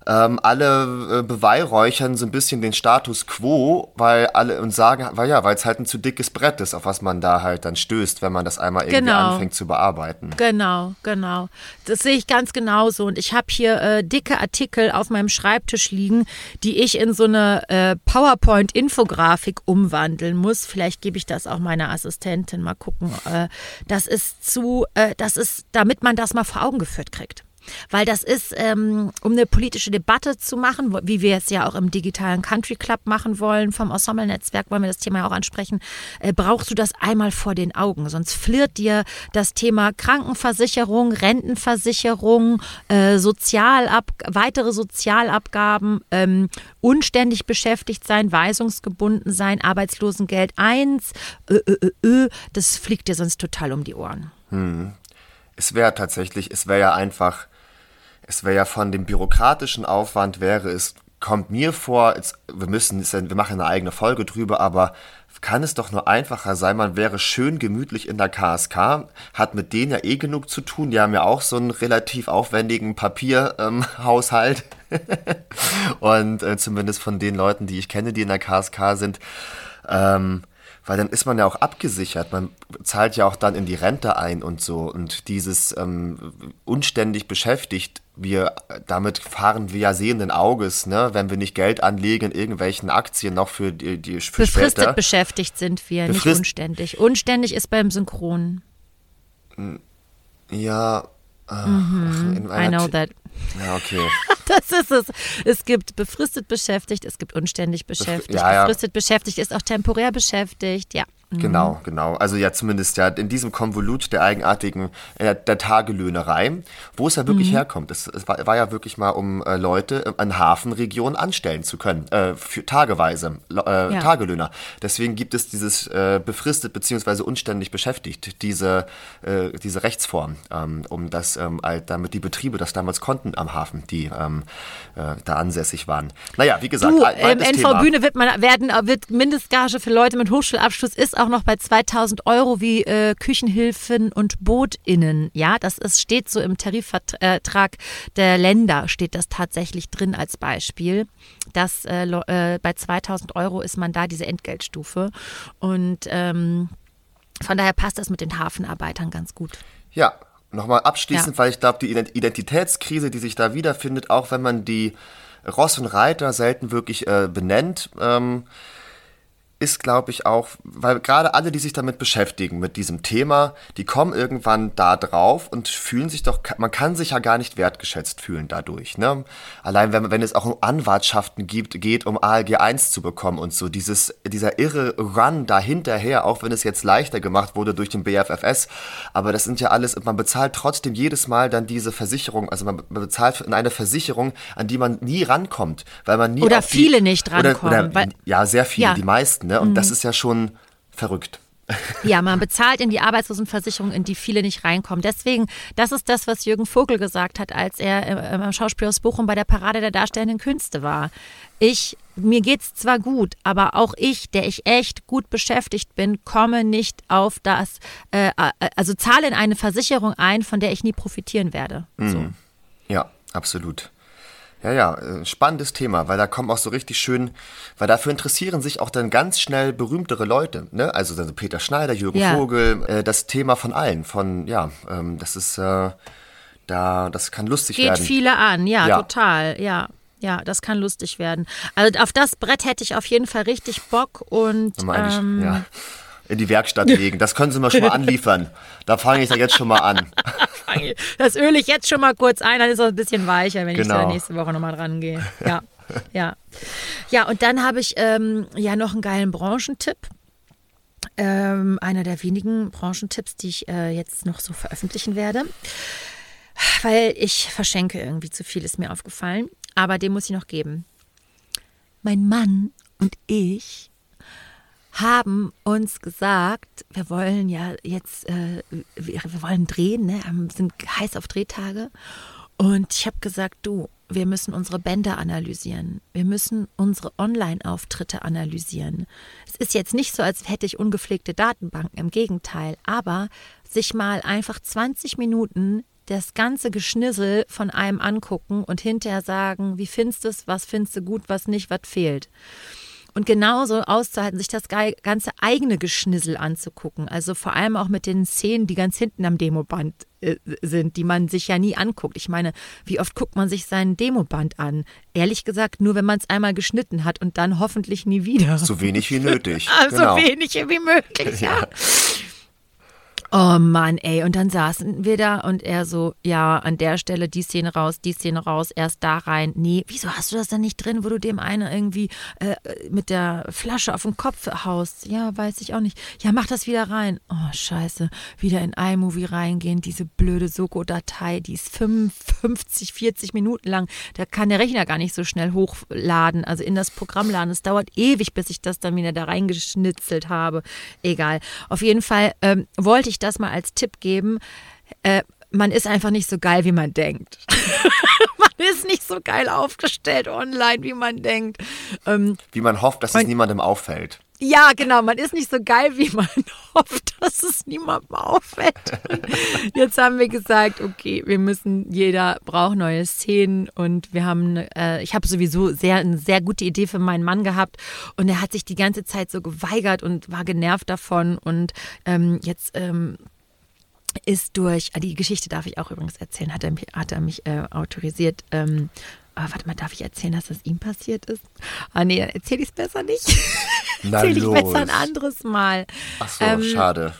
alle beweihräuchern so ein bisschen den Status quo, weil alle und sagen, weil es halt ein zu dickes Brett ist, auf was man da halt dann stößt, wenn man das einmal irgendwie anfängt zu bearbeiten. Genau. Das sehe ich ganz genauso. Und ich habe hier dicke Artikel auf meinem Schreibtisch liegen, die ich in so eine PowerPoint-Infografik umwandeln muss. Vielleicht gebe ich das auch meiner Assistentin. Mal gucken. Das ist damit man das mal vor Augen geführt kriegt. Weil das ist, um eine politische Debatte zu machen, wie wir es ja auch im digitalen Country Club machen wollen, vom Ensemble-Netzwerk wollen wir das Thema ja auch ansprechen, brauchst du das einmal vor den Augen. Sonst flirrt dir das Thema Krankenversicherung, Rentenversicherung, weitere Sozialabgaben, unständig beschäftigt sein, weisungsgebunden sein, Arbeitslosengeld 1, das fliegt dir sonst total um die Ohren. Es wäre ja von dem bürokratischen Aufwand kommt mir vor, wir machen eine eigene Folge drüber, aber kann es doch nur einfacher sein, man wäre schön gemütlich in der KSK, hat mit denen ja genug zu tun, die haben ja auch so einen relativ aufwendigen Papierhaushalt und zumindest von den Leuten, die ich kenne, die in der KSK sind, weil dann ist man ja auch abgesichert, man zahlt ja auch dann in die Rente ein und so und dieses unständig beschäftigt, damit fahren wir ja sehenden Auges, ne, wenn wir nicht Geld anlegen in irgendwelchen Aktien noch für befristet später. Beschäftigt sind wir, nicht unständig. Unständig ist beim Synchron. Ja. I know that. Ja, okay. Das ist es. Es gibt befristet beschäftigt, es gibt unständig beschäftigt. Befristet beschäftigt ist auch temporär beschäftigt, ja. Genau. Also ja, zumindest ja in diesem Konvolut der eigenartigen, der Tagelöhnerei, wo es ja wirklich herkommt. Es war ja wirklich mal, um Leute an Hafenregionen anstellen zu können, für tageweise, Tagelöhner. Deswegen gibt es dieses befristet bzw. unständig beschäftigt, diese Rechtsform, damit die Betriebe das damals konnten am Hafen, die da ansässig waren. Naja, wie gesagt, im NV-Bühne wird Mindestgage für Leute mit Hochschulabschluss ist auch noch bei 2.000 Euro wie Küchenhilfen und BootInnen. Ja, steht so im Tarifvertrag der Länder, steht das tatsächlich drin als Beispiel, dass bei 2.000 Euro ist man da diese Entgeltstufe und von daher passt das mit den Hafenarbeitern ganz gut. Ja, nochmal abschließend, weil ich glaube, die Identitätskrise, die sich da wiederfindet, auch wenn man die Ross und Reiter selten wirklich benennt, ist, glaube ich, auch, weil gerade alle, die sich damit beschäftigen, mit diesem Thema, die kommen irgendwann da drauf und fühlen sich man kann sich ja gar nicht wertgeschätzt fühlen dadurch, ne? Allein wenn es auch um Anwartschaften geht, um ALG 1 zu bekommen und so, dieser irre Run da hinterher, auch wenn es jetzt leichter gemacht wurde durch den BFFS, aber das sind ja alles, man bezahlt trotzdem jedes Mal dann diese Versicherung, also man bezahlt in eine Versicherung, an die man nie rankommt, weil man nie oder viele nicht rankommen. Ja, sehr viele, die meisten, ne? Und das ist ja schon verrückt. Ja, man bezahlt in die Arbeitslosenversicherung, in die viele nicht reinkommen. Deswegen, das ist das, was Jürgen Vogel gesagt hat, als er am Schauspielhaus Bochum bei der Parade der Darstellenden Künste war. Mir geht's zwar gut, aber auch der ich echt gut beschäftigt bin, komme nicht auf das, also zahle in eine Versicherung ein, von der ich nie profitieren werde. So. Ja, absolut. Ja, spannendes Thema, weil da kommen auch so richtig schön, weil dafür interessieren sich auch dann ganz schnell berühmtere Leute, ne? Also Peter Schneider, Jürgen Vogel, das Thema von allen, das ist, das kann lustig werden. Geht viele an, ja, total, ja. Ja, das kann lustig werden. Also auf das Brett hätte ich auf jeden Fall richtig Bock und in die Werkstatt legen. Das können Sie mir schon mal anliefern. Da fange ich ja jetzt schon mal an. Das öle ich jetzt schon mal kurz ein, dann ist es ein bisschen weicher, wenn ich da nächste Woche nochmal dran gehe. Ja. Ja, und dann habe ich noch einen geilen Branchentipp. Einer der wenigen Branchentipps, die ich jetzt noch so veröffentlichen werde. Weil ich verschenke irgendwie zu viel, ist mir aufgefallen. Aber den muss ich noch geben. Mein Mann und ich haben uns gesagt, wir wollen ja jetzt, wir wollen drehen, ne? Sind heiß auf Drehtage. Und ich habe gesagt, wir müssen unsere Bänder analysieren. Wir müssen unsere Online-Auftritte analysieren. Es ist jetzt nicht so, als hätte ich ungepflegte Datenbanken, im Gegenteil. Aber sich mal einfach 20 Minuten das ganze Geschnissel von einem angucken und hinterher sagen, wie findest du es, was findest du gut, was nicht, was fehlt. Und genauso auszuhalten, sich das ganze eigene Geschnissel anzugucken. Also vor allem auch mit den Szenen, die ganz hinten am Demoband sind, die man sich ja nie anguckt. Ich meine, wie oft guckt man sich seinen Demoband an? Ehrlich gesagt, nur wenn man es einmal geschnitten hat und dann hoffentlich nie wieder. So wenig wie nötig. So wenig wie möglich, ja. Oh Mann, ey. Und dann saßen wir da und er so, ja, an der Stelle die Szene raus, erst da rein. Nee, wieso hast du das dann nicht drin, wo du dem einen irgendwie mit der Flasche auf den Kopf haust? Ja, weiß ich auch nicht. Ja, mach das wieder rein. Oh, scheiße. Wieder in iMovie reingehen, diese blöde Soko-Datei, die ist 50, 40 Minuten lang. Da kann der Rechner gar nicht so schnell hochladen, also in das Programm laden. Es dauert ewig, bis ich das dann wieder da reingeschnitzelt habe. Egal. Auf jeden Fall wollte ich das mal als Tipp geben. Man ist einfach nicht so geil, wie man denkt. Man ist nicht so geil aufgestellt online, wie man denkt. Wie man hofft, dass es niemandem auffällt. Ja, genau. Man ist nicht so geil, wie man hofft, dass es niemandem auffällt. Jetzt haben wir gesagt, okay, jeder braucht neue Szenen und wir haben, ich habe sowieso eine sehr gute Idee für meinen Mann gehabt und er hat sich die ganze Zeit so geweigert und war genervt davon und jetzt ist die Geschichte darf ich auch übrigens erzählen, hat er mich autorisiert. Warte mal, darf ich erzählen, dass das ihm passiert ist? Nee, dann erzähle ich es besser nicht. Erzähle ich besser ein anderes Mal. Ach so, schade.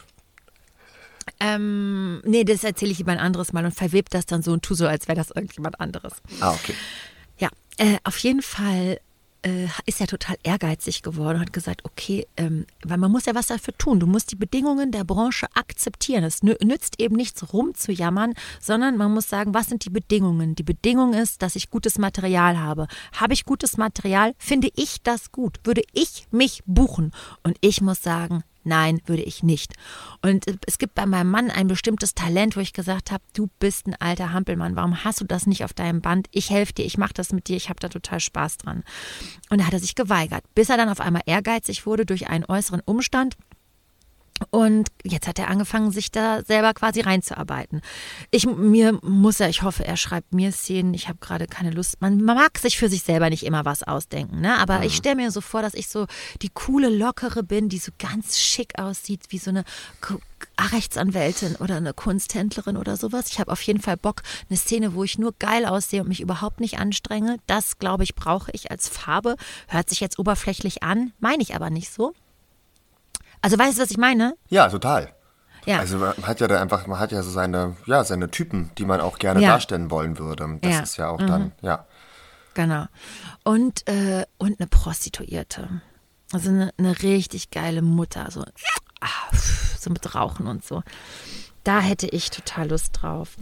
Nee, das erzähle ich lieber ein anderes Mal und verwebt das dann so und tu so, als wäre das irgendjemand anderes. Okay. Ja, auf jeden Fall ist er total ehrgeizig geworden und hat gesagt, okay, weil man muss ja was dafür tun. Du musst die Bedingungen der Branche akzeptieren. Es nützt eben nichts rumzujammern, sondern man muss sagen, was sind die Bedingungen? Die Bedingung ist, dass ich gutes Material habe. Habe ich gutes Material, finde ich das gut. Würde ich mich buchen? Und ich muss sagen, nein, würde ich nicht. Und es gibt bei meinem Mann ein bestimmtes Talent, wo ich gesagt habe, du bist ein alter Hampelmann, warum hast du das nicht auf deinem Band? Ich helfe dir, ich mache das mit dir, ich habe da total Spaß dran. Und da hat er sich geweigert, bis er dann auf einmal ehrgeizig wurde durch einen äußeren Umstand. Und jetzt hat er angefangen, sich da selber quasi reinzuarbeiten. Ich hoffe, er schreibt mir Szenen, ich habe gerade keine Lust. Man mag sich für sich selber nicht immer was ausdenken, ne? Aber ich stelle mir so vor, dass ich so die coole, lockere bin, die so ganz schick aussieht, wie so eine Rechtsanwältin oder eine Kunsthändlerin oder sowas. Ich habe auf jeden Fall Bock, eine Szene, wo ich nur geil aussehe und mich überhaupt nicht anstrenge. Das, glaube ich, brauche ich als Farbe. Hört sich jetzt oberflächlich an, meine ich aber nicht so. Also weißt du, was ich meine? Ja, total. Ja. Also man hat ja so seine Typen, die man auch gerne darstellen wollen würde. Das ist ja auch dann, ja. Genau. Und eine Prostituierte. Also eine richtig geile Mutter. So mit Rauchen und so. Da hätte ich total Lust drauf.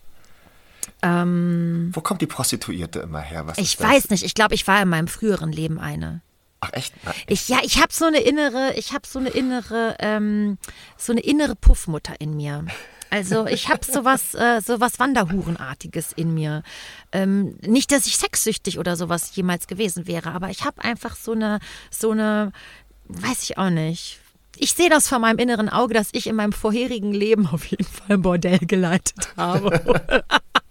Wo kommt die Prostituierte immer her? Ich weiß nicht. Ich glaube, ich war in meinem früheren Leben eine. Ach echt? Ich habe so eine innere Puffmutter in mir. Also ich habe sowas Wanderhurenartiges in mir. Nicht, dass ich sexsüchtig oder sowas jemals gewesen wäre, aber ich habe einfach so eine, weiß ich auch nicht. Ich sehe das vor meinem inneren Auge, dass ich in meinem vorherigen Leben auf jeden Fall ein Bordell geleitet habe.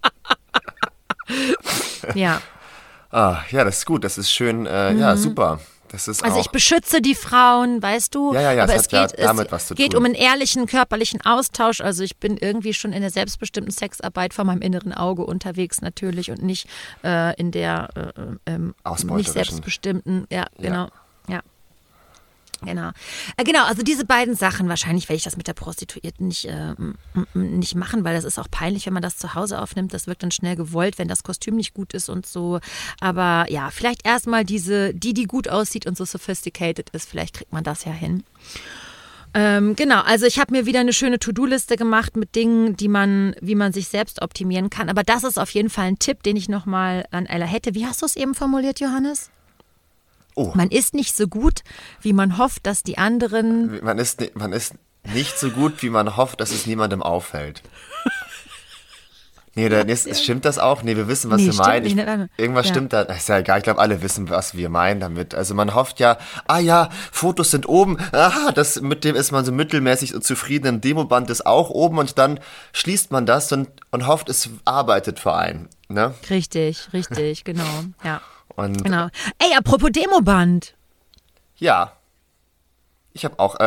Ja. Ja, das ist gut, das ist schön, ja, super. Das ist also ich beschütze die Frauen, weißt du, ja, aber es geht damit was zu tun. Geht um einen ehrlichen körperlichen Austausch, also ich bin irgendwie schon in der selbstbestimmten Sexarbeit vor meinem inneren Auge unterwegs natürlich und nicht in der nicht selbstbestimmten, ja, genau, ja. Genau, also diese beiden Sachen, wahrscheinlich werde ich das mit der Prostituierten nicht machen, weil das ist auch peinlich, wenn man das zu Hause aufnimmt. Das wirkt dann schnell gewollt, wenn das Kostüm nicht gut ist und so. Aber ja, vielleicht erstmal die gut aussieht und so sophisticated ist. Vielleicht kriegt man das ja hin. Genau, also ich habe mir wieder eine schöne To-Do-Liste gemacht mit Dingen, wie man sich selbst optimieren kann. Aber das ist auf jeden Fall ein Tipp, den ich nochmal an Ella hätte. Wie hast du es eben formuliert, Johannes? Oh. Man ist nicht so gut, wie man hofft, dass die anderen... Man ist nicht so gut, wie man hofft, dass es niemandem auffällt. Stimmt das auch? Nee, wir wissen, was wir meinen. Irgendwas stimmt da. Ist ja egal, ich glaube, alle wissen, was wir meinen damit. Also man hofft ja, Fotos sind oben, mit dem ist man so mittelmäßig und zufrieden, im Demoband ist auch oben und dann schließt man das und hofft, es arbeitet für einen. Ne? Richtig, genau. Ja. Genau. Ey, apropos Demoband. Ja. Ich habe auch,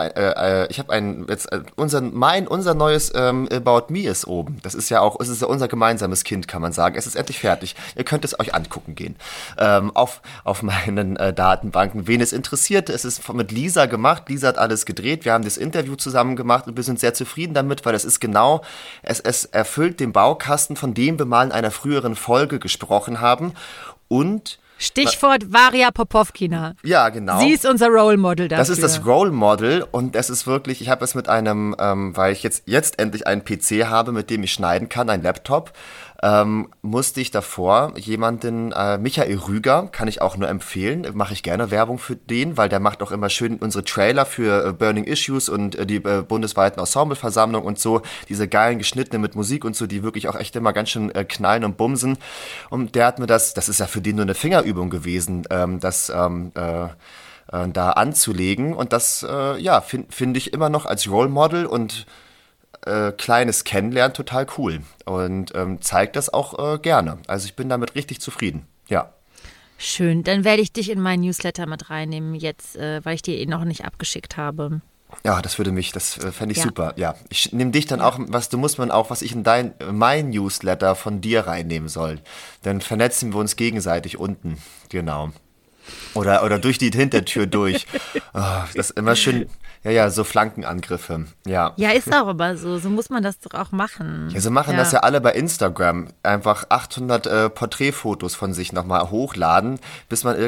unser neues About Me ist oben. Das ist ja unser gemeinsames Kind, kann man sagen. Es ist endlich fertig. Ihr könnt es euch angucken gehen. Auf meinen Datenbanken. Wen es interessiert, es ist mit Lisa gemacht. Lisa hat alles gedreht. Wir haben das Interview zusammen gemacht und wir sind sehr zufrieden damit, weil es erfüllt den Baukasten, von dem wir mal in einer früheren Folge gesprochen haben. Und Stichwort Varia Popowkina. Ja, genau. Sie ist unser Role Model dafür. Das ist das Role Model und es ist wirklich, ich habe es mit einem, weil ich jetzt endlich einen PC habe, mit dem ich schneiden kann, einen Laptop, musste ich davor jemanden, Michael Rüger, kann ich auch nur empfehlen, mache ich gerne Werbung für den, weil der macht auch immer schön unsere Trailer für Burning Issues und die bundesweiten Ensembleversammlungen und so, diese geilen geschnittenen mit Musik und so, die wirklich auch echt immer ganz schön knallen und bumsen. Und der hat mir das ist ja für den nur eine Fingerübung gewesen, da anzulegen und das, finde ich immer noch als Role Model und kleines Kennenlernen total cool und zeigt das auch gerne. Also ich bin damit richtig zufrieden, ja. Schön, dann werde ich dich in meinen Newsletter mit reinnehmen jetzt, weil ich dir noch nicht abgeschickt habe. Ja, das fände ich super, ja. Ich nehme dich dann auch, was ich in mein Newsletter von dir reinnehmen soll. Dann vernetzen wir uns gegenseitig unten, genau. Oder durch die Hintertür durch. Das ist immer schön. Ja, so Flankenangriffe, ja. Ja, ist auch aber so muss man das doch auch machen. Ja, so machen das ja alle bei Instagram. Einfach 800 Porträtfotos von sich nochmal hochladen, bis man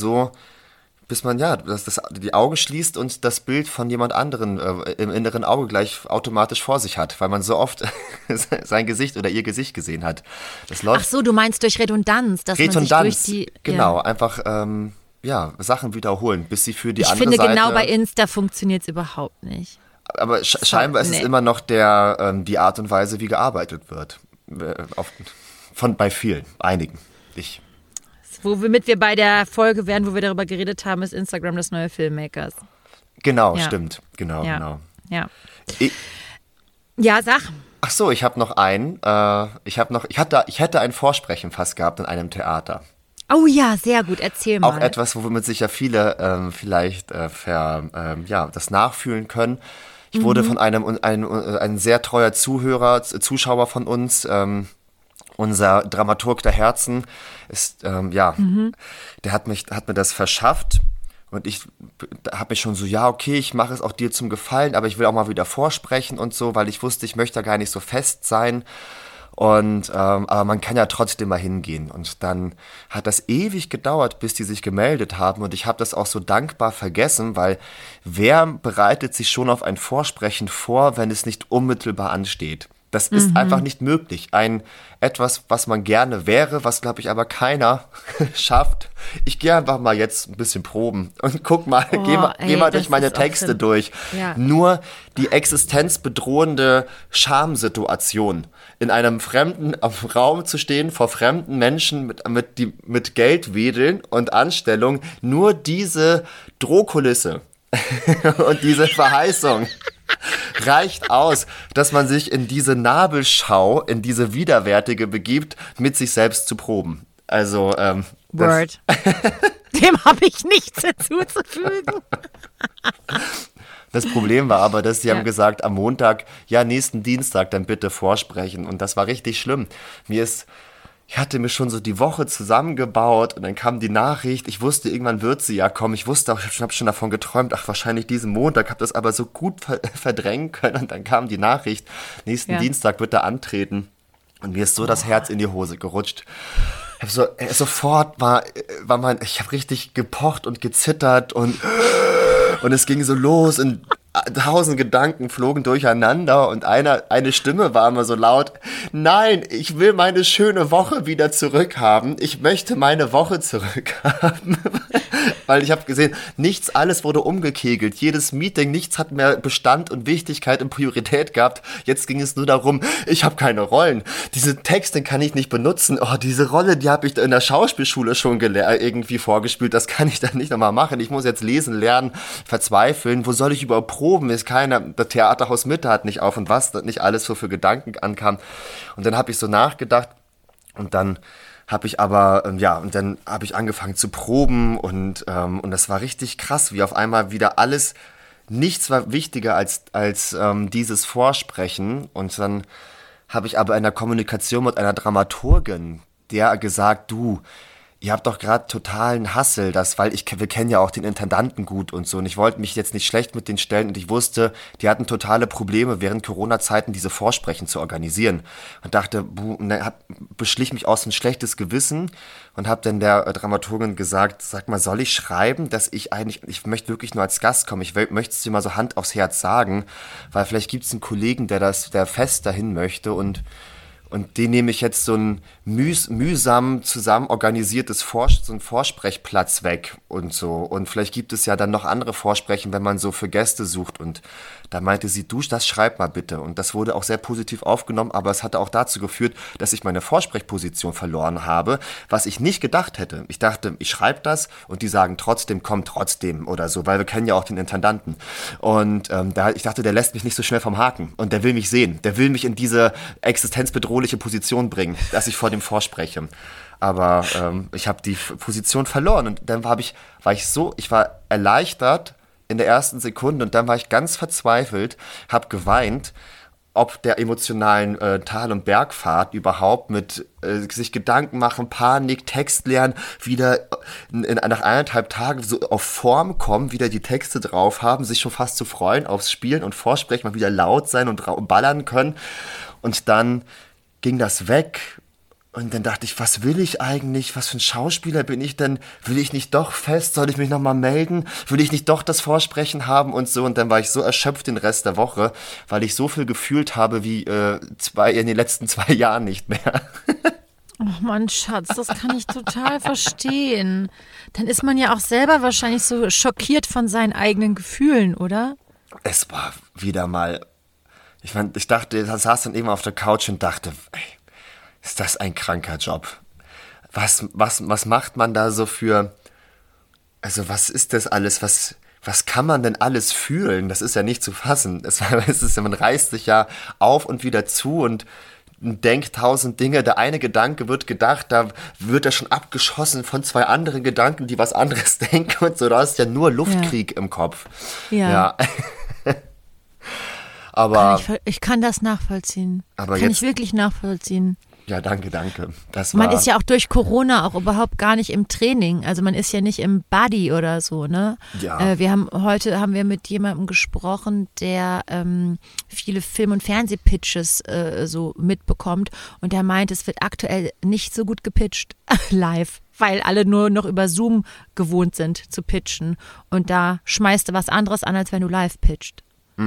die Augen schließt und das Bild von jemand anderen im inneren Auge gleich automatisch vor sich hat, weil man so oft sein Gesicht oder ihr Gesicht gesehen hat. Das läuft. Ach so, du meinst durch Redundanz, dass man sich durch die... Genau, einfach... Sachen wiederholen, bis sie für die andere Seite... Ich finde, genau bei Insta funktioniert es überhaupt nicht. Aber scheinbar ist es immer noch die Art und Weise, wie gearbeitet wird. Bei vielen, einigen. Womit wir bei der Folge wären, wo wir darüber geredet haben, ist Instagram das neue Filmmakers. Genau, stimmt. Genau. Ja. Ja, sag. Ach so, ich habe noch einen. Ich hätte ein Vorsprechen fast gehabt in einem Theater. Oh ja, sehr gut, erzähl mal. Auch etwas, womit sich ja viele vielleicht das nachfühlen können. Ich wurde von einem sehr treuer Zuschauer von uns, unser Dramaturg der Herzen, der hat mir das verschafft. Und ich habe mich schon so, ich mache es auch dir zum Gefallen, aber ich will auch mal wieder vorsprechen und so, weil ich wusste, ich möchte da gar nicht so fest sein. Und aber man kann ja trotzdem mal hingehen. Und dann hat das ewig gedauert, bis die sich gemeldet haben. Und ich habe das auch so dankbar vergessen, weil wer bereitet sich schon auf ein Vorsprechen vor, wenn es nicht unmittelbar ansteht? Das ist einfach nicht möglich. Etwas, was man gerne wäre, was, glaube ich, aber keiner schafft. Ich gehe einfach mal jetzt ein bisschen proben und guck mal, geh mal durch meine Texte durch. Ja. Nur die existenzbedrohende Schamsituation, in einem fremden Raum zu stehen, vor fremden Menschen mit Geld wedeln und Anstellung, nur diese Drohkulisse und diese Verheißung reicht aus, dass man sich in diese Nabelschau, in diese Widerwärtige begibt, mit sich selbst zu proben. Also, Word. Dem habe ich nichts hinzuzufügen. Das Problem war aber, dass sie haben gesagt, am Montag, nächsten Dienstag dann bitte vorsprechen. Und das war richtig schlimm. Ich hatte mir schon so die Woche zusammengebaut und dann kam die Nachricht, ich wusste, irgendwann wird sie ja kommen. Ich wusste auch, ich habe schon davon geträumt, wahrscheinlich diesen Montag, habe das aber so gut verdrängen können und dann kam die Nachricht, nächsten Dienstag wird er antreten und mir ist so das Herz in die Hose gerutscht. Sofort ich habe richtig gepocht und gezittert und es ging so los und 1000 Gedanken flogen durcheinander und eine Stimme war immer so laut, nein, ich will meine schöne Woche wieder zurückhaben. Ich möchte meine Woche zurückhaben. Weil ich habe gesehen, alles wurde umgekegelt. Jedes Meeting, nichts hat mehr Bestand und Wichtigkeit und Priorität gehabt. Jetzt ging es nur darum, ich habe keine Rollen. Diese Texte kann ich nicht benutzen. Oh, diese Rolle, die habe ich in der Schauspielschule schon irgendwie vorgespielt. Das kann ich dann nicht nochmal machen. Ich muss jetzt lesen, lernen, verzweifeln. Wo soll ich überhaupt proben? Ist keiner, das Theaterhaus Mitte hat nicht auf und was nicht alles so für Gedanken ankam. Und dann habe ich so nachgedacht und dann habe ich aber, und dann habe ich angefangen zu proben und das war richtig krass, wie auf einmal wieder nichts war wichtiger als dieses Vorsprechen. Und dann habe ich aber in der Kommunikation mit einer Dramaturgin, der gesagt, du, ihr habt doch gerade totalen Hassel, weil wir kennen ja auch den Intendanten gut und so und ich wollte mich jetzt nicht schlecht mit denen stellen und ich wusste, die hatten totale Probleme während Corona-Zeiten diese Vorsprechen zu organisieren und dachte, beschlich mich aus ein schlechtes Gewissen und habe dann der Dramaturgin gesagt, sag mal, soll ich schreiben, dass ich möchte wirklich nur als Gast kommen, ich möchte es dir mal so Hand aufs Herz sagen, weil vielleicht gibt es einen Kollegen, der fest dahin möchte und den nehme ich jetzt so ein mühsam zusammen organisiertes so einen Vorsprechplatz weg und so. Und vielleicht gibt es ja dann noch andere Vorsprechen, wenn man so für Gäste sucht. Und da meinte sie, du, das schreib mal bitte. Und das wurde auch sehr positiv aufgenommen, aber es hatte auch dazu geführt, dass ich meine Vorsprechposition verloren habe, was ich nicht gedacht hätte. Ich dachte, ich schreibe das und die sagen trotzdem, komm trotzdem oder so, weil wir kennen ja auch den Intendanten. Und ich dachte, der lässt mich nicht so schnell vom Haken und der will mich sehen. Der will mich in diese existenzbedrohliche Position bringen, dass ich vor dem vorspreche. Aber ich habe die Position verloren und dann war ich erleichtert in der ersten Sekunde und dann war ich ganz verzweifelt, habe geweint, ob der emotionalen Tal- und Bergfahrt überhaupt mit sich Gedanken machen, Panik, Text lernen, wieder nach 1,5 Tagen so auf Form kommen, wieder die Texte drauf haben, sich schon fast zu freuen aufs Spielen und Vorsprechen, mal wieder laut sein und ballern können. Und dann ging das weg. Und dann dachte ich, was will ich eigentlich? Was für ein Schauspieler bin ich denn? Will ich nicht doch fest? Soll ich mich nochmal melden? Will ich nicht doch das Vorsprechen haben und so? Und dann war ich so erschöpft den Rest der Woche, weil ich so viel gefühlt habe wie in den letzten 2 Jahren nicht mehr. Oh Mann, Schatz, das kann ich total verstehen. Dann ist man ja auch selber wahrscheinlich so schockiert von seinen eigenen Gefühlen, oder? Es war wieder mal, ich dachte, ich saß dann eben auf der Couch und dachte, ey, ist das ein kranker Job? Was macht man da so für, also was ist das alles, was kann man denn alles fühlen? Das ist ja nicht zu fassen. Man reißt sich ja auf und wieder zu und denkt 1000 Dinge. Der eine Gedanke wird gedacht, da wird er schon abgeschossen von 2 anderen Gedanken, die was anderes denken und so. Da ist ja nur Luftkrieg im Kopf. Ja. Aber ich kann das nachvollziehen. Kann ich wirklich nachvollziehen. Ja, danke. Man ist ja auch durch Corona auch überhaupt gar nicht im Training. Also man ist ja nicht im Buddy oder so, ne? Ja. Heute haben wir mit jemandem gesprochen, der viele Film- und Fernsehpitches so mitbekommt. Und der meint, es wird aktuell nicht so gut gepitcht live, weil alle nur noch über Zoom gewohnt sind zu pitchen. Und da schmeißt du was anderes an, als wenn du live pitcht.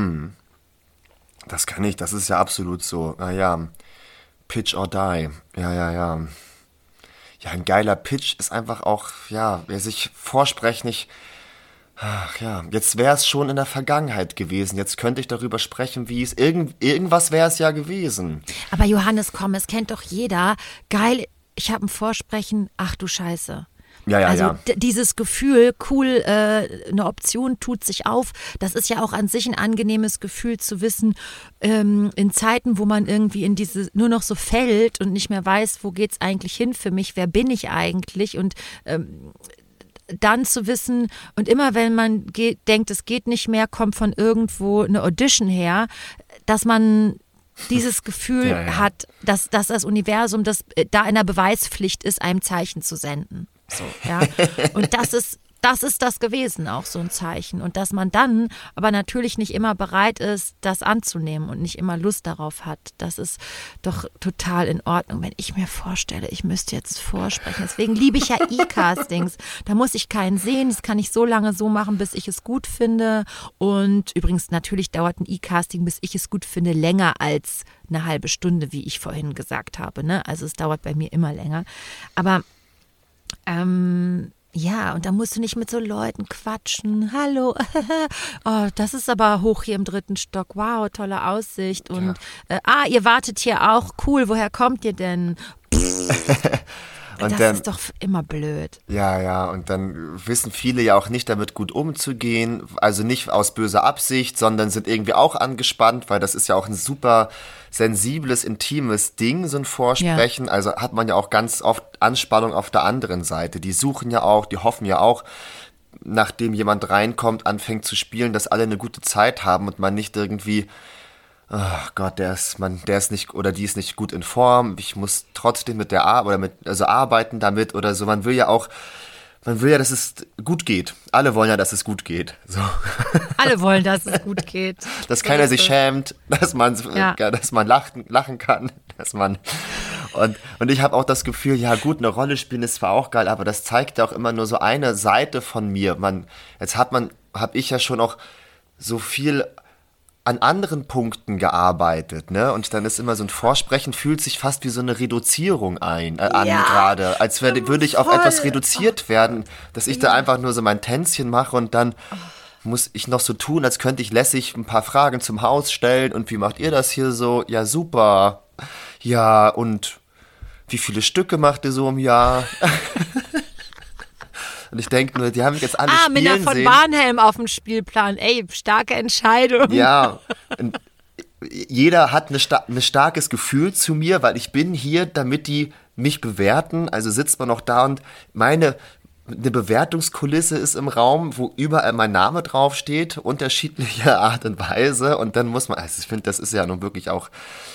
Das kann ich, das ist ja absolut so. Naja. Pitch or die. Ja. Ja, ein geiler Pitch ist einfach auch, wer sich vorsprechen nicht. Ach ja, jetzt wäre es schon in der Vergangenheit gewesen. Jetzt könnte ich darüber sprechen, wie es irgendwas wäre es ja gewesen. Aber Johannes, komm, es kennt doch jeder. Geil, ich habe ein Vorsprechen, ach du Scheiße. Ja. Dieses Gefühl, cool, eine Option tut sich auf, das ist ja auch an sich ein angenehmes Gefühl zu wissen, in Zeiten, wo man irgendwie in diese nur noch so fällt und nicht mehr weiß, wo geht's eigentlich hin für mich, wer bin ich eigentlich und dann zu wissen und immer wenn man denkt, es geht nicht mehr, kommt von irgendwo eine Audition her, dass man dieses Gefühl hat, dass das Universum da in der Beweispflicht ist, einem Zeichen zu senden. So, ja. Und das ist das gewesen, auch so ein Zeichen. Und dass man dann aber natürlich nicht immer bereit ist, das anzunehmen und nicht immer Lust darauf hat. Das ist doch total in Ordnung, wenn ich mir vorstelle, ich müsste jetzt vorsprechen. Deswegen liebe ich ja E-Castings. Da muss ich keinen sehen. Das kann ich so lange so machen, bis ich es gut finde. Und übrigens, natürlich dauert ein E-Casting, bis ich es gut finde, länger als eine halbe Stunde, wie ich vorhin gesagt habe. Ne? Also es dauert bei mir immer länger. Aber Ja, und da musst du nicht mit so Leuten quatschen. Hallo, oh, das ist aber hoch hier im 3. Stock. Wow, tolle Aussicht. Und ihr wartet hier auch. Cool, woher kommt ihr denn? Und das dann, ist doch immer blöd. Ja, und dann wissen viele ja auch nicht damit gut umzugehen, also nicht aus böser Absicht, sondern sind irgendwie auch angespannt, weil das ist ja auch ein super sensibles, intimes Ding, so ein Vorsprechen, also hat man ja auch ganz oft Anspannung auf der anderen Seite, die suchen ja auch, die hoffen ja auch, nachdem jemand reinkommt, anfängt zu spielen, dass alle eine gute Zeit haben und man nicht irgendwie ach Gott, der ist nicht oder die ist nicht gut in Form. Ich muss trotzdem mit der arbeiten damit oder so. Man will ja, dass es gut geht. Alle wollen ja, dass es gut geht. So. Alle wollen, dass es gut geht. Dass keiner sich schämt, dass man lachen kann, und ich habe auch das Gefühl, ja gut, eine Rolle spielen ist zwar auch geil, aber das zeigt ja auch immer nur so eine Seite von mir. Habe ich ja schon auch so viel an anderen Punkten gearbeitet, ne? Und dann ist immer so ein Vorsprechen, fühlt sich fast wie so eine Reduzierung an gerade. Als würde ich auf etwas reduziert werden, dass ich da einfach nur so mein Tänzchen mache und dann muss ich noch so tun, als könnte ich lässig ein paar Fragen zum Haus stellen und wie macht ihr das hier so? Ja, super. Ja, und wie viele Stücke macht ihr so im Jahr? Und ich denke nur, die haben jetzt alle spielen Minna von sehen. Barnhelm auf dem Spielplan. Ey, starke Entscheidung. Ja, und jeder hat ein starkes Gefühl zu mir, weil ich bin hier, damit die mich bewerten. Also sitzt man noch da und eine Bewertungskulisse ist im Raum, wo überall mein Name draufsteht, unterschiedliche Art und Weise. Und dann muss man, also ich finde, das ist ja nun wirklich auch,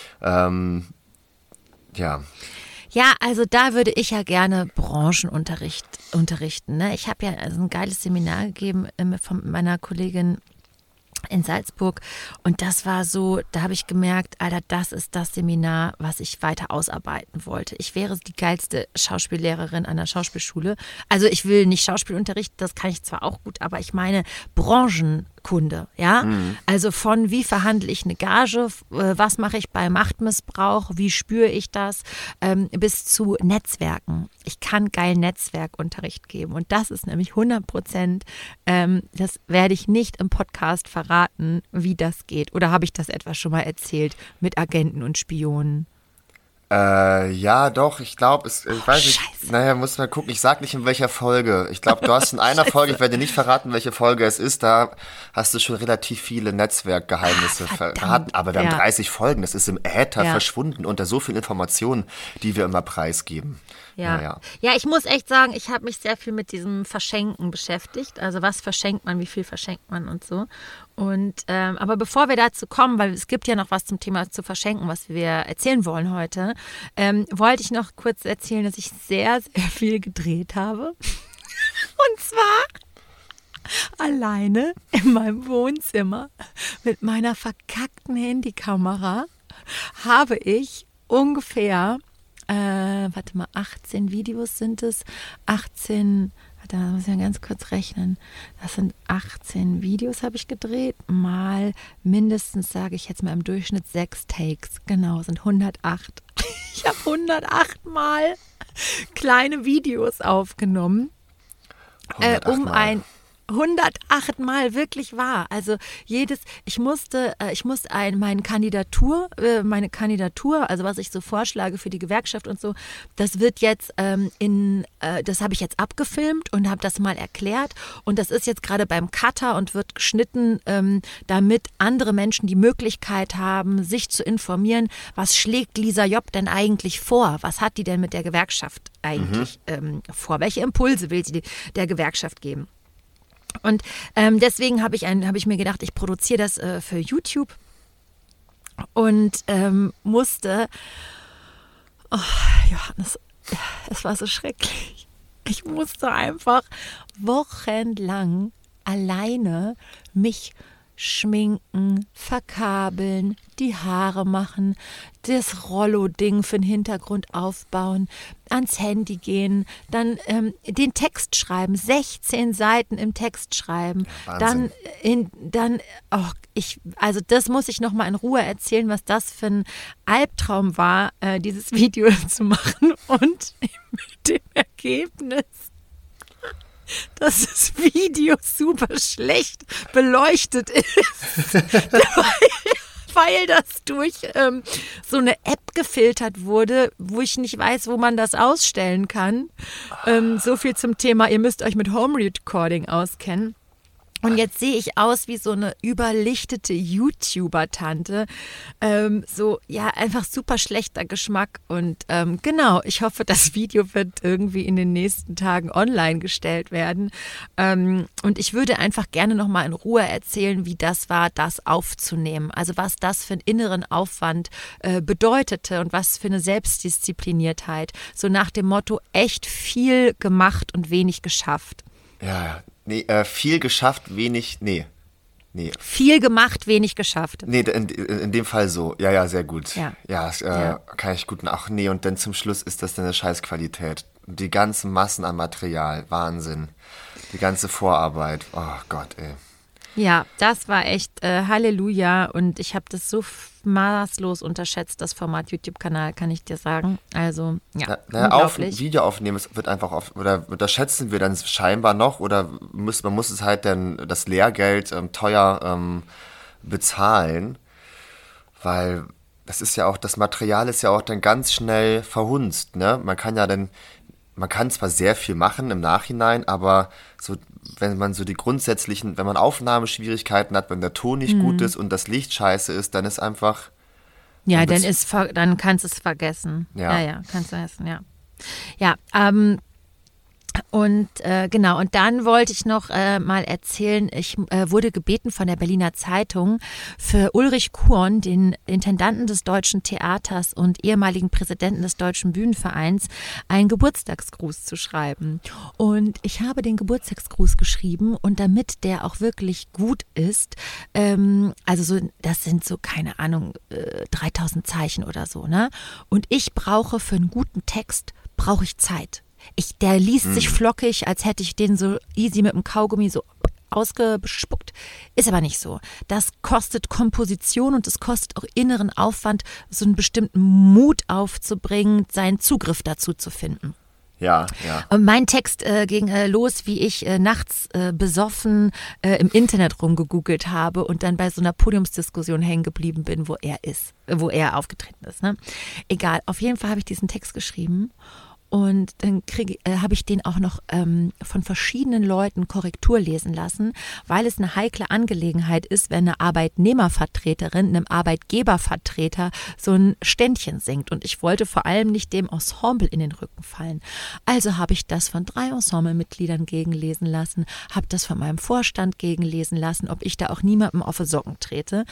Ja, also da würde ich ja gerne Branchenunterricht unterrichten. Ne? Ich habe ja also ein geiles Seminar gegeben von meiner Kollegin in Salzburg und das war so, da habe ich gemerkt, Alter, das ist das Seminar, was ich weiter ausarbeiten wollte. Ich wäre die geilste Schauspiellehrerin an der Schauspielschule. Also ich will nicht Schauspiel unterrichten, das kann ich zwar auch gut, aber ich meine Branchenkunde, ja? Also von wie verhandle ich eine Gage, was mache ich bei Machtmissbrauch, wie spüre ich das, bis zu Netzwerken. Ich kann geil Netzwerkunterricht geben und das ist nämlich 100%, das werde ich nicht im Podcast verraten, wie das geht. Oder habe ich das etwa schon mal erzählt mit Agenten und Spionen? Ja, doch, ich glaube, ich weiß nicht, Scheiße. naja, muss mal gucken, ich sag nicht in welcher Folge. Ich glaube, du hast in einer Folge, ich werde dir nicht verraten, welche Folge es ist, da hast du schon relativ viele Netzwerkgeheimnisse verraten, aber wir haben 30 Folgen, das ist im Äther verschwunden unter so viel Informationen, die wir immer preisgeben. Ja, ich muss echt sagen, ich habe mich sehr viel mit diesem Verschenken beschäftigt. Also was verschenkt man, wie viel verschenkt man und so. Und aber bevor wir dazu kommen, weil es gibt ja noch was zum Thema zu verschenken, was wir erzählen wollen heute, wollte ich noch kurz erzählen, dass ich sehr, sehr viel gedreht habe. Und zwar alleine in meinem Wohnzimmer mit meiner verkackten Handykamera habe ich ungefähr 18 Videos sind es, 18, da muss ich ja ganz kurz rechnen, das sind 18 Videos habe ich gedreht, mal mindestens, sage ich jetzt mal im Durchschnitt 6 Takes, genau, sind 108. Ich habe 108 Mal kleine Videos aufgenommen, 108 Mal wirklich wahr. Also ich musste meine Kandidatur, also was ich so vorschlage für die Gewerkschaft und so, das wird jetzt das habe ich jetzt abgefilmt und habe das mal erklärt und das ist jetzt gerade beim Cutter und wird geschnitten, damit andere Menschen die Möglichkeit haben, sich zu informieren, was schlägt Lisa Job denn eigentlich vor? Was hat die denn mit der Gewerkschaft eigentlich vor? Welche Impulse will sie der Gewerkschaft geben? Und deswegen habe ich mir gedacht, ich produziere das für YouTube und musste, Johannes, es war so schrecklich. Ich musste einfach wochenlang alleine mich schminken, verkabeln, die Haare machen, das Rollo-Ding für den Hintergrund aufbauen, ans Handy gehen, dann den Text schreiben, 16 Seiten im Text schreiben, Wahnsinn. also das muss ich nochmal in Ruhe erzählen, was das für ein Albtraum war, dieses Video zu machen und mit dem Ergebnis. dass das Video super schlecht beleuchtet ist, weil das durch so eine App gefiltert wurde, wo ich nicht weiß, wo man das ausstellen kann. So viel zum Thema, ihr müsst euch mit Home Recording auskennen. Und jetzt sehe ich aus wie so eine überlichtete YouTuber-Tante. Einfach super schlechter Geschmack. Und genau, ich hoffe, das Video wird irgendwie in den nächsten Tagen online gestellt werden. Und ich würde einfach gerne nochmal in Ruhe erzählen, wie das war, das aufzunehmen. Also was das für einen inneren Aufwand bedeutete und was für eine Selbstdiszipliniertheit. So nach dem Motto, echt viel gemacht und wenig geschafft. Ja, nee, viel geschafft, wenig, nee. Viel gemacht, wenig geschafft. Nee, in dem Fall so. Ja, sehr gut. Ja. Kann ich gut. Ach nee, und dann zum Schluss ist das dann eine Scheißqualität. Die ganzen Massen an Material, Wahnsinn. Die ganze Vorarbeit, oh Gott, ey. Ja, das war echt Halleluja und ich habe das so maßlos unterschätzt, das Format YouTube-Kanal, kann ich dir sagen. Also, ja, unglaublich. Video aufnehmen, es wird einfach oder unterschätzen wir dann scheinbar noch oder man muss es halt dann das Lehrgeld teuer bezahlen, weil das Material ist ja auch dann ganz schnell verhunzt, ne? Man kann zwar sehr viel machen im Nachhinein, aber so, wenn man Aufnahmeschwierigkeiten hat, wenn der Ton nicht gut ist und das Licht scheiße ist, dann ist einfach... Ja, dann kannst du es vergessen. Ja, kannst du vergessen, ja. Ja, und genau, und dann wollte ich noch mal erzählen, ich wurde gebeten von der Berliner Zeitung für Ulrich Kuon, den Intendanten des Deutschen Theaters und ehemaligen Präsidenten des Deutschen Bühnenvereins, einen Geburtstagsgruß zu schreiben. Und ich habe den Geburtstagsgruß geschrieben und damit der auch wirklich gut ist, das sind so, keine Ahnung, 3000 Zeichen oder so, ne? Und ich brauche für einen guten Text, brauche ich Zeit. Der liest sich flockig, als hätte ich den so easy mit dem Kaugummi so ausgespuckt. Ist aber nicht so. Das kostet Komposition und es kostet auch inneren Aufwand, so einen bestimmten Mut aufzubringen, seinen Zugriff dazu zu finden. Ja. Und mein Text ging los, wie ich nachts besoffen im Internet rumgegoogelt habe und dann bei so einer Podiumsdiskussion hängen geblieben bin, wo er aufgetreten ist. Ne? Egal, auf jeden Fall habe ich diesen Text geschrieben. Und dann habe ich den auch noch von verschiedenen Leuten Korrektur lesen lassen, weil es eine heikle Angelegenheit ist, wenn eine Arbeitnehmervertreterin einem Arbeitgebervertreter so ein Ständchen singt. Und ich wollte vor allem nicht dem Ensemble in den Rücken fallen. Also habe ich das von 3 Ensemblemitgliedern gegenlesen lassen, habe das von meinem Vorstand gegenlesen lassen, ob ich da auch niemandem auf die Socken trete.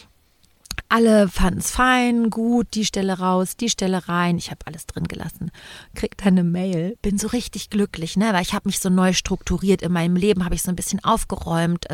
Alle fanden es fein, gut, die Stelle raus, die Stelle rein. Ich habe alles drin gelassen. Krieg dann eine Mail, bin so richtig glücklich, ne? Weil ich habe mich so neu strukturiert in meinem Leben, habe ich so ein bisschen aufgeräumt.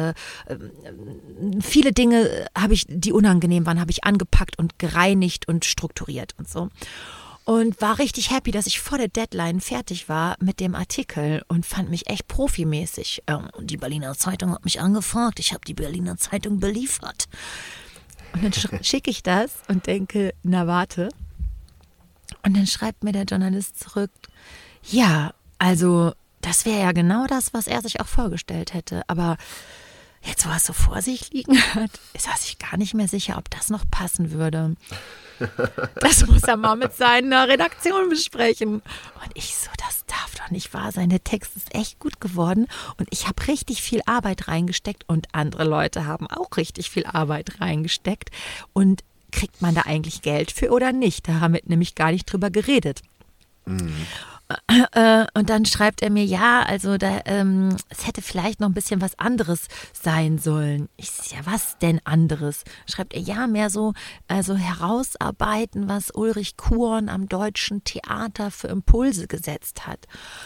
Viele Dinge die unangenehm waren, habe ich angepackt und gereinigt und strukturiert und so. Und war richtig happy, dass ich vor der Deadline fertig war mit dem Artikel und fand mich echt profimäßig. Und die Berliner Zeitung hat mich angefragt, ich habe die Berliner Zeitung beliefert. Und dann schicke ich das und denke, na warte. Und dann schreibt mir der Journalist zurück, ja, also das wäre ja genau das, was er sich auch vorgestellt hätte. Aber jetzt, wo er es so vor sich liegen hat, ist er sich gar nicht mehr sicher, ob das noch passen würde. Das muss er mal mit seiner Redaktion besprechen. Und ich so, das darf doch nicht wahr sein. Der Text ist echt gut geworden und ich habe richtig viel Arbeit reingesteckt und andere Leute haben auch richtig viel Arbeit reingesteckt. Und kriegt man da eigentlich Geld für oder nicht? Da haben wir nämlich gar nicht drüber geredet. Mhm. Und dann schreibt er mir, ja, also es hätte vielleicht noch ein bisschen was anderes sein sollen. Ich so, ja, was denn anderes? Schreibt er, ja, mehr so, also herausarbeiten, was Ulrich Kuon am Deutschen Theater für Impulse gesetzt hat.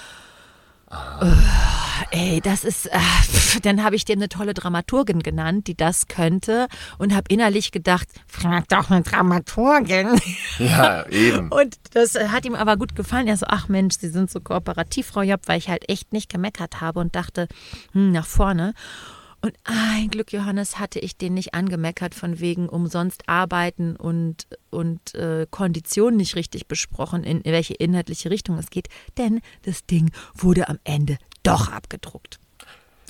Das ist, dann habe ich dem eine tolle Dramaturgin genannt, die das könnte und habe innerlich gedacht, frag doch eine Dramaturgin. Ja, eben. Und das hat ihm aber gut gefallen. Er so, ach Mensch, Sie sind so kooperativ, Frau Jopp, weil ich halt echt nicht gemeckert habe und dachte, nach vorne. Und ein Glück, Johannes, hatte ich den nicht angemeckert von wegen umsonst arbeiten und Konditionen nicht richtig besprochen, in welche inhaltliche Richtung es geht. Denn das Ding wurde am Ende doch abgedruckt.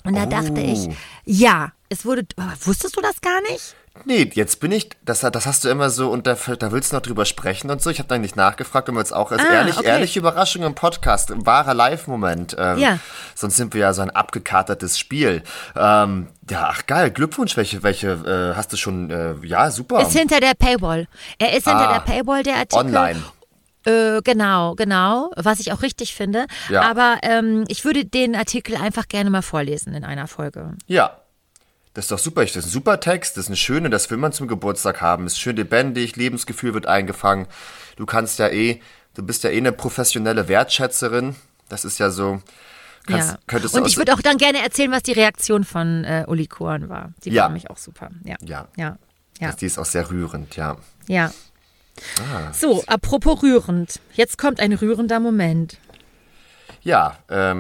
Und da dachte ich, ja, es wurde, wusstest du das gar nicht? Nee, jetzt bin ich, das hast du immer so, und da willst du noch drüber sprechen und so. Ich habe da nicht nachgefragt, um jetzt auch als ehrliche Überraschung im Podcast, ein wahrer Live-Moment. Ja. Sonst sind wir ja so ein abgekatertes Spiel. Ja, ach geil, Glückwunsch, welche hast du schon, ja, super. Ist hinter der Paywall. Er ist hinter der Paywall, der Artikel. Online. Genau, was ich auch richtig finde. Ja. Aber ich würde den Artikel einfach gerne mal vorlesen in einer Folge. Ja. Das ist doch super. Das ist ein super Text, das ist eine schöne, das will man zum Geburtstag haben. Ist schön lebendig, Lebensgefühl wird eingefangen. Du bist ja eine professionelle Wertschätzerin. Das ist ja so. Könntest du und ich würde auch dann gerne erzählen, was die Reaktion von Uli Korn war. Die war nämlich auch super. Ja. Die ist auch sehr rührend, ja. Ja. So, apropos rührend. Jetzt kommt ein rührender Moment. Ja,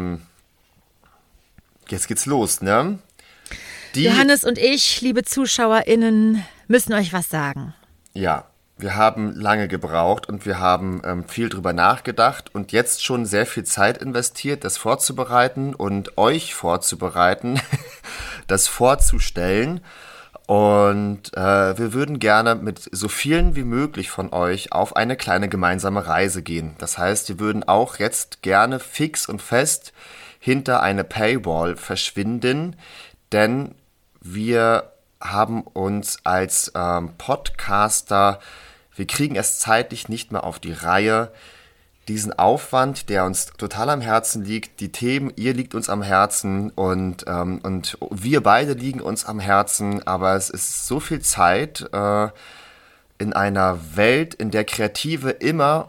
jetzt geht's los, ne? Johannes und ich, liebe ZuschauerInnen, müssen euch was sagen. Ja, wir haben lange gebraucht und wir haben viel drüber nachgedacht und jetzt schon sehr viel Zeit investiert, das vorzubereiten und euch vorzubereiten, das vorzustellen. Und wir würden gerne mit so vielen wie möglich von euch auf eine kleine gemeinsame Reise gehen. Das heißt, wir würden auch jetzt gerne fix und fest hinter eine Paywall verschwinden, denn wir haben uns als Podcaster, wir kriegen es zeitlich nicht mehr auf die Reihe, diesen Aufwand, der uns total am Herzen liegt, die Themen, ihr liegt uns am Herzen und wir beide liegen uns am Herzen, aber es ist so viel Zeit in einer Welt, in der Kreative immer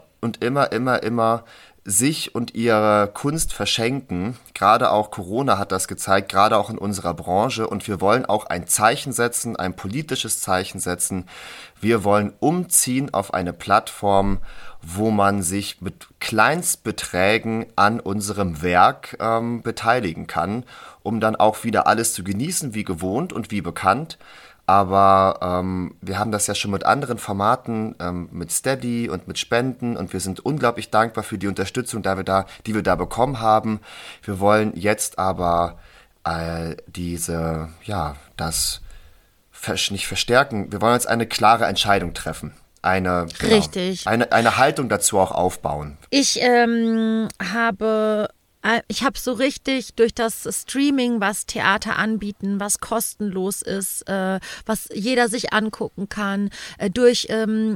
sich und ihre Kunst verschenken. Gerade auch Corona hat das gezeigt, gerade auch in unserer Branche. Und wir wollen auch ein Zeichen setzen, ein politisches Zeichen setzen. Wir wollen umziehen auf eine Plattform, wo man sich mit Kleinstbeträgen an unserem Werk beteiligen kann, um dann auch wieder alles zu genießen, wie gewohnt und wie bekannt. Aber wir haben das ja schon mit anderen Formaten, mit Steady und mit Spenden und wir sind unglaublich dankbar für die Unterstützung, die wir da bekommen haben. Wir wollen jetzt aber das nicht verstärken. Wir wollen jetzt eine klare Entscheidung treffen. Richtig. Eine Haltung dazu auch aufbauen. Ich habe so richtig durch das Streaming, was Theater anbieten, was kostenlos ist, was jeder sich angucken kann, durch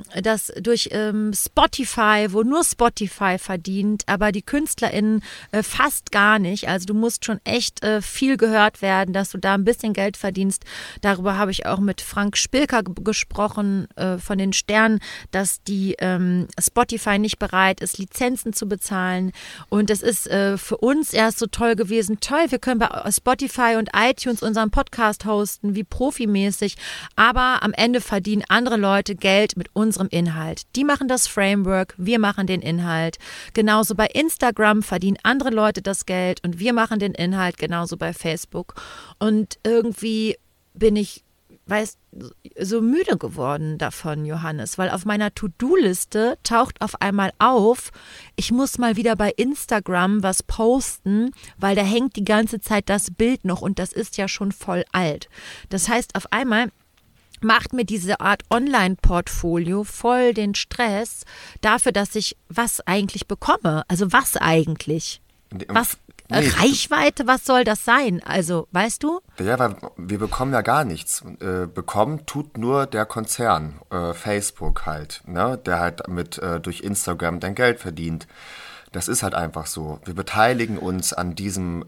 Spotify, wo nur Spotify verdient, aber die KünstlerInnen fast gar nicht. Also du musst schon echt viel gehört werden, dass du da ein bisschen Geld verdienst. Darüber habe ich auch mit Frank Spilker gesprochen von den Sternen, dass die Spotify nicht bereit ist, Lizenzen zu bezahlen. Und es ist für uns erst so toll gewesen. Toll, wir können bei Spotify und iTunes unseren Podcast hosten, wie profimäßig. Aber am Ende verdienen andere Leute Geld mit unserem Inhalt. Die machen das Framework, wir machen den Inhalt. Genauso bei Instagram verdienen andere Leute das Geld und wir machen den Inhalt, genauso bei Facebook. Und irgendwie bin ich so müde geworden davon, Johannes, weil auf meiner To-Do-Liste taucht auf einmal auf, ich muss mal wieder bei Instagram was posten, weil da hängt die ganze Zeit das Bild noch und das ist ja schon voll alt. Das heißt, auf einmal macht mir diese Art Online-Portfolio voll den Stress dafür, dass ich was eigentlich bekomme. Also was eigentlich? Was? Reichweite, was soll das sein? Also, weißt du? Ja, weil wir bekommen ja gar nichts. Bekommen tut nur der Konzern, Facebook halt, ne? Der halt durch Instagram dein Geld verdient. Das ist halt einfach so. Wir beteiligen uns an diesem,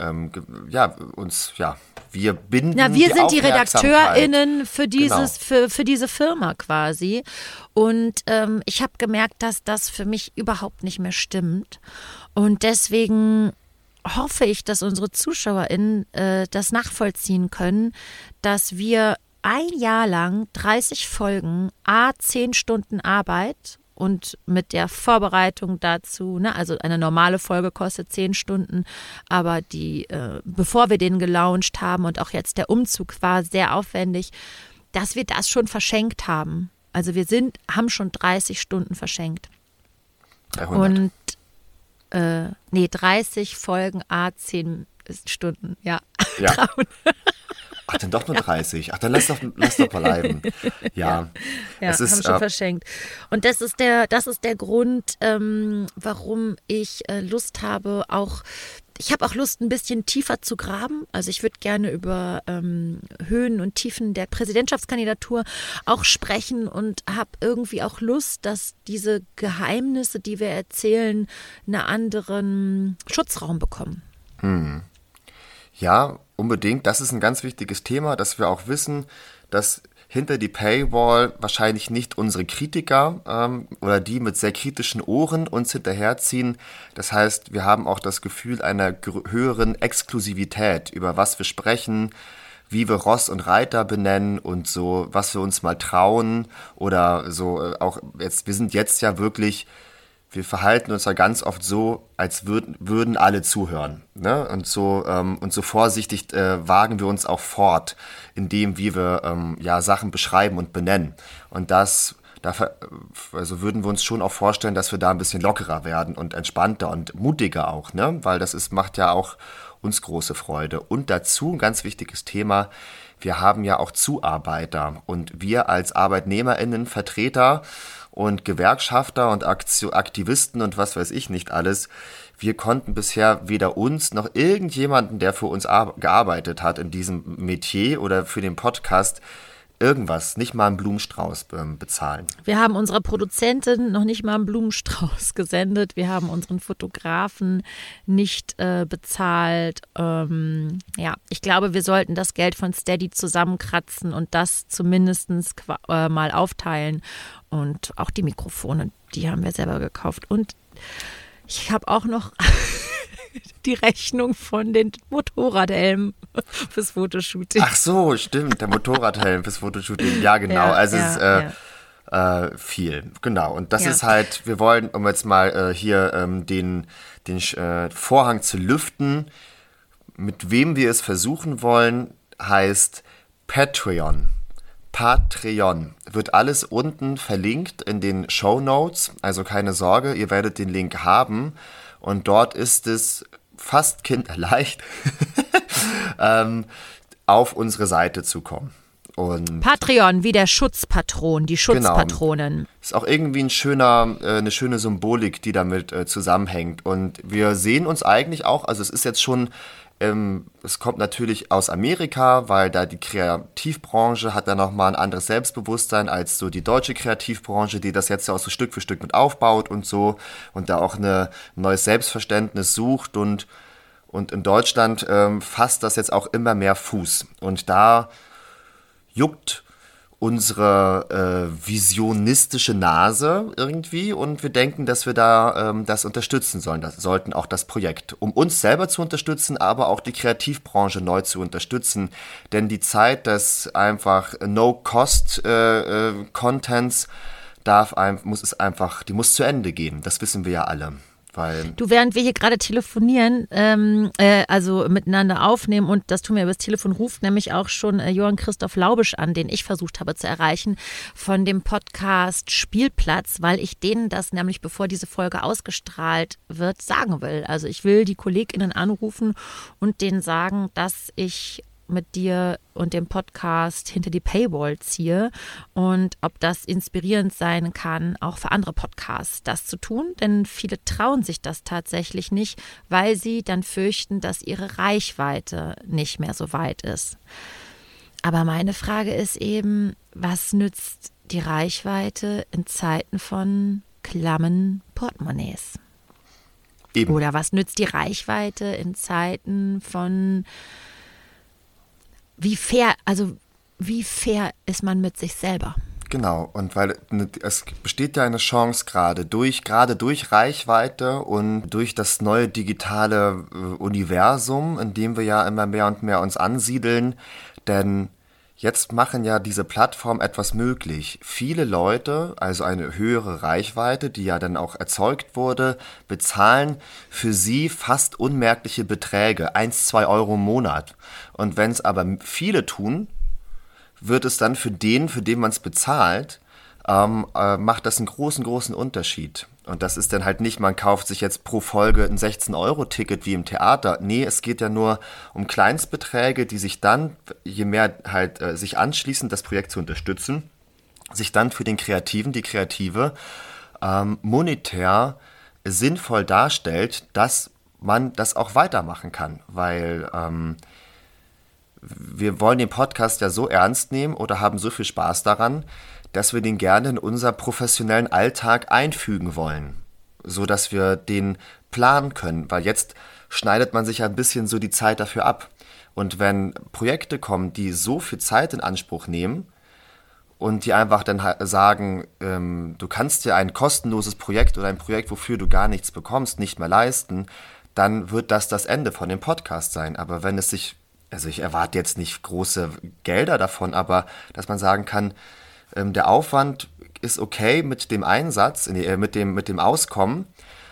wir binden wir sind die RedakteurInnen für diese Firma quasi. Und ich habe gemerkt, dass das für mich überhaupt nicht mehr stimmt. Und deswegen hoffe ich, dass unsere ZuschauerInnen das nachvollziehen können, dass wir ein Jahr lang 30 Folgen, 10 Stunden Arbeit und mit der Vorbereitung dazu, ne, also eine normale Folge kostet 10 Stunden, aber bevor wir den gelauncht haben und auch jetzt der Umzug war sehr aufwendig, dass wir das schon verschenkt haben. Also haben schon 30 Stunden verschenkt. 300. Und 30 Folgen, 10 Stunden, ja. Ja. trauen. Ach, dann doch nur 30. Ach, dann lass doch bleiben. Ja, es haben ist schon verschenkt. Und das ist der Grund, warum ich Lust habe, ich habe auch Lust, ein bisschen tiefer zu graben. Also ich würde gerne über Höhen und Tiefen der Präsidentschaftskandidatur auch sprechen und habe irgendwie auch Lust, dass diese Geheimnisse, die wir erzählen, einen anderen Schutzraum bekommen. Ja, unbedingt. Das ist ein ganz wichtiges Thema, dass wir auch wissen, dass hinter die Paywall wahrscheinlich nicht unsere Kritiker oder die mit sehr kritischen Ohren uns hinterherziehen. Das heißt, wir haben auch das Gefühl einer höheren Exklusivität, über was wir sprechen, wie wir Ross und Reiter benennen und so, was wir uns mal trauen oder so auch jetzt, wir sind jetzt ja wirklich, wir verhalten uns ja ganz oft so, als würden alle zuhören. Ne? Und so vorsichtig wagen wir uns auch fort, indem wie wir Sachen beschreiben und benennen. Und also würden wir uns schon auch vorstellen, dass wir da ein bisschen lockerer werden und entspannter und mutiger auch, ne? Weil macht ja auch uns große Freude. Und dazu ein ganz wichtiges Thema, wir haben ja auch Zuarbeiter und wir als ArbeitnehmerInnen, Vertreter und Gewerkschafter und Aktivisten und was weiß ich nicht alles, wir konnten bisher weder uns noch irgendjemanden, der für uns gearbeitet hat in diesem Metier oder für den Podcast, irgendwas, nicht mal einen Blumenstrauß bezahlen. Wir haben unserer Produzentin noch nicht mal einen Blumenstrauß gesendet. Wir haben unseren Fotografen nicht bezahlt. Ich glaube, wir sollten das Geld von Steady zusammenkratzen und das zumindest mal aufteilen. Und auch die Mikrofone, die haben wir selber gekauft. Und ich habe auch noch die Rechnung von den Motorradhelmen fürs Fotoshooting. Ach so, stimmt, der Motorradhelm fürs Fotoshooting. Ja, genau. Es ist viel. Genau. Und das ist halt, wir wollen, um jetzt mal hier den Vorhang zu lüften, mit wem wir es versuchen wollen, heißt Patreon. Wird alles unten verlinkt in den Shownotes, also keine Sorge, ihr werdet den Link haben und dort ist es fast kinderleicht, auf unsere Seite zu kommen. Und Patreon, wie der Schutzpatron, die Schutzpatronen. Genau. Ist auch irgendwie eine schöne Symbolik, die damit zusammenhängt und wir sehen uns eigentlich auch, also es ist jetzt schon es kommt natürlich aus Amerika, weil da die Kreativbranche hat da nochmal ein anderes Selbstbewusstsein als so die deutsche Kreativbranche, die das jetzt ja auch so Stück für Stück mit aufbaut und so und da auch ein neues Selbstverständnis sucht und in Deutschland fasst das jetzt auch immer mehr Fuß und da juckt unsere visionistische Nase irgendwie und wir denken, dass wir da das unterstützen sollten auch das Projekt, um uns selber zu unterstützen, aber auch die Kreativbranche neu zu unterstützen, denn die Zeit des einfach No-Cost-Contents die muss zu Ende gehen, das wissen wir ja alle. Du, während wir hier gerade telefonieren, also miteinander aufnehmen und das tun wir übers Telefon, ruft nämlich auch schon Johann Christoph Laubisch an, den ich versucht habe zu erreichen, von dem Podcast Spielplatz, weil ich denen das nämlich, bevor diese Folge ausgestrahlt wird, sagen will. Also ich will die KollegInnen anrufen und denen sagen, dass ich mit dir und dem Podcast hinter die Paywall ziehe und ob das inspirierend sein kann, auch für andere Podcasts das zu tun, denn viele trauen sich das tatsächlich nicht, weil sie dann fürchten, dass ihre Reichweite nicht mehr so weit ist. Aber meine Frage ist eben, was nützt die Reichweite in Zeiten von klammen Portemonnaies? Eben. Oder was nützt die Reichweite in Zeiten von wie fair ist man mit sich selber? Genau, und weil es besteht ja eine Chance gerade durch Reichweite und durch das neue digitale Universum, in dem wir ja immer mehr und mehr uns ansiedeln, denn jetzt machen ja diese Plattformen etwas möglich. Viele Leute, also eine höhere Reichweite, die ja dann auch erzeugt wurde, bezahlen für sie fast unmerkliche Beträge, 1-2 Euro im Monat. Und wenn es aber viele tun, wird es dann für den man es bezahlt, macht das einen großen Unterschied. Und das ist dann halt nicht, man kauft sich jetzt pro Folge ein 16-Euro-Ticket wie im Theater. Nee, es geht ja nur um Kleinstbeträge, die sich dann, je mehr halt sich anschließen, das Projekt zu unterstützen, sich dann für den Kreativen, die Kreative monetär sinnvoll darstellt, dass man das auch weitermachen kann. Weil wir wollen den Podcast ja so ernst nehmen oder haben so viel Spaß daran, dass wir den gerne in unser professionellen Alltag einfügen wollen, so dass wir den planen können, weil jetzt schneidet man sich ein bisschen so die Zeit dafür ab. Und wenn Projekte kommen, die so viel Zeit in Anspruch nehmen und die einfach dann sagen, du kannst dir ein kostenloses Projekt oder ein Projekt, wofür du gar nichts bekommst, nicht mehr leisten, dann wird das Ende von dem Podcast sein. Aber wenn es sich, also ich erwarte jetzt nicht große Gelder davon, aber dass man sagen kann, der Aufwand ist okay mit dem Einsatz, mit dem Auskommen.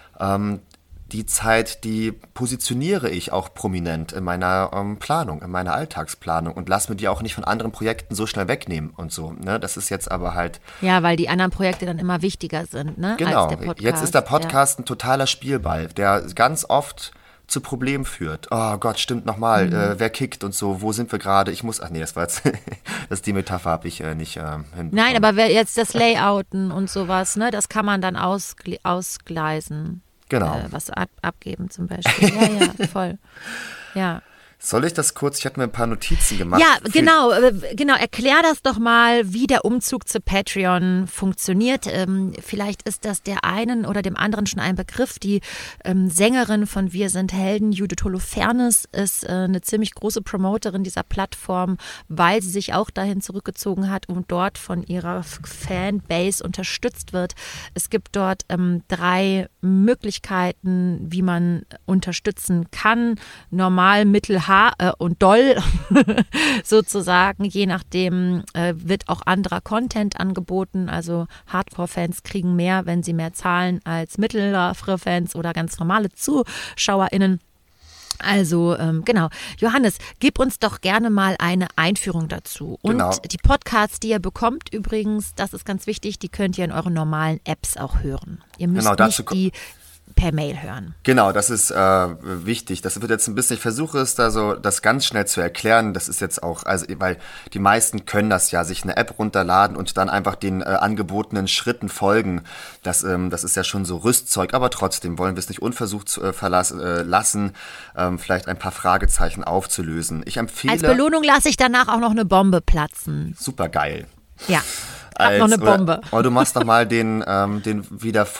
Die Zeit, die positioniere ich auch prominent in meiner Planung, in meiner Alltagsplanung und lasse mir die auch nicht von anderen Projekten so schnell wegnehmen und so. Ne? Das ist jetzt aber halt... Ja, weil die anderen Projekte dann immer wichtiger sind, ne? Genau, als der Podcast. Jetzt ist der Podcast ein totaler Spielball, der ganz oft zu Problemen führt. Oh Gott, stimmt nochmal, wer kickt und so, wo sind wir gerade? Ach nee, das war jetzt, die Metapher habe ich nicht hinbekommen. Nein, aber jetzt das Layouten und sowas, ne, das kann man dann ausgleisen. Genau. Was abgeben zum Beispiel. Ja, voll. Ja. Soll ich das kurz? Ich hatte mir ein paar Notizen gemacht. Ja, genau. Erklär das doch mal, wie der Umzug zu Patreon funktioniert. Vielleicht ist das der einen oder dem anderen schon ein Begriff. Die Sängerin von Wir sind Helden, Judith Holofernes, ist eine ziemlich große Promoterin dieser Plattform, weil sie sich auch dahin zurückgezogen hat und dort von ihrer Fanbase unterstützt wird. Es gibt dort 3 Möglichkeiten, wie man unterstützen kann. Normal, mittel, und doll sozusagen, je nachdem wird auch anderer Content angeboten, also Hardcore-Fans kriegen mehr, wenn sie mehr zahlen als mittlere Fans oder ganz normale ZuschauerInnen. Also genau. Johannes, gib uns doch gerne mal eine Einführung dazu. Und genau. Die Podcasts, die ihr bekommt übrigens, das ist ganz wichtig, die könnt ihr in euren normalen Apps auch hören. Ihr müsst nicht die per Mail hören. Genau, das ist wichtig. Das wird jetzt ein bisschen, ich versuche es da so, das ganz schnell zu erklären. Das ist jetzt auch, also weil die meisten können das ja, sich eine App runterladen und dann einfach den angebotenen Schritten folgen. Das ist ja schon so Rüstzeug, aber trotzdem wollen wir es nicht unversucht lassen, vielleicht ein paar Fragezeichen aufzulösen. Ich empfehle... Als Belohnung lasse ich danach auch noch eine Bombe platzen. Super geil. Ja. Hab noch eine Bombe. Oder du machst doch mal den wie der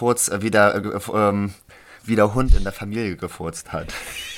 Hund in der Familie gefurzt hat.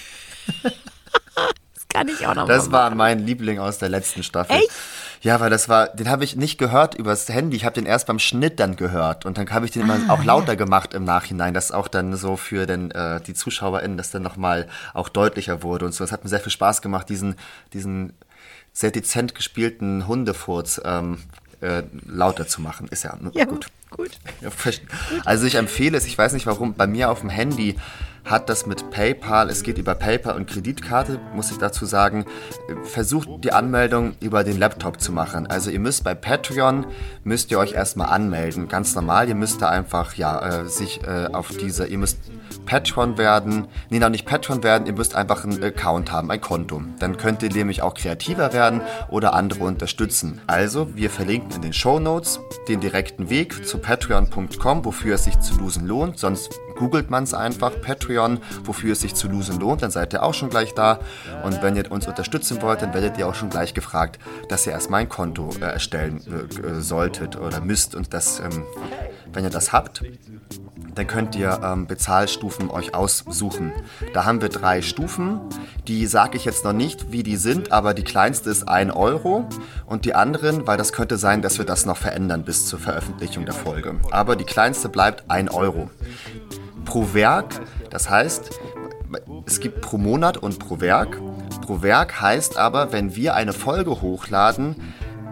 Das kann ich auch noch Das mal war machen. mein Liebling aus der letzten Staffel. Echt? Ja, weil den habe ich nicht gehört übers Handy. Ich habe den erst beim Schnitt dann gehört. Und dann habe ich den immer auch lauter gemacht im Nachhinein, dass auch dann so für die ZuschauerInnen das dann nochmal auch deutlicher wurde und so. Es hat mir sehr viel Spaß gemacht, diesen sehr dezent gespielten Hundefurz lauter zu machen. Ist ja, gut. Also ich empfehle es, ich weiß nicht warum, bei mir auf dem Handy hat das mit PayPal, es geht über PayPal und Kreditkarte, muss ich dazu sagen, versucht die Anmeldung über den Laptop zu machen. Also ihr müsst bei Patreon, müsst ihr euch erstmal anmelden, ganz normal, ihr müsst da einfach, ihr müsst Patreon werden, noch nicht Patreon werden, ihr müsst einfach einen Account haben, ein Konto. Dann könnt ihr nämlich auch kreativer werden oder andere unterstützen. Also, wir verlinken in den Shownotes den direkten Weg zu patreon.com, wofür es sich zu losen lohnt, sonst googelt man es einfach, Patreon, wofür es sich zu losen lohnt, dann seid ihr auch schon gleich da. Und wenn ihr uns unterstützen wollt, dann werdet ihr auch schon gleich gefragt, dass ihr erstmal ein Konto erstellen solltet oder müsst. Und das, wenn ihr das habt, dann könnt ihr Bezahlstufen euch aussuchen. Da haben wir 3 Stufen, die sage ich jetzt noch nicht, wie die sind, aber die kleinste ist 1 Euro und die anderen, weil das könnte sein, dass wir das noch verändern bis zur Veröffentlichung der Folge. Aber die kleinste bleibt 1 Euro. Pro Werk, das heißt, es gibt pro Monat und pro Werk. Pro Werk heißt aber, wenn wir eine Folge hochladen,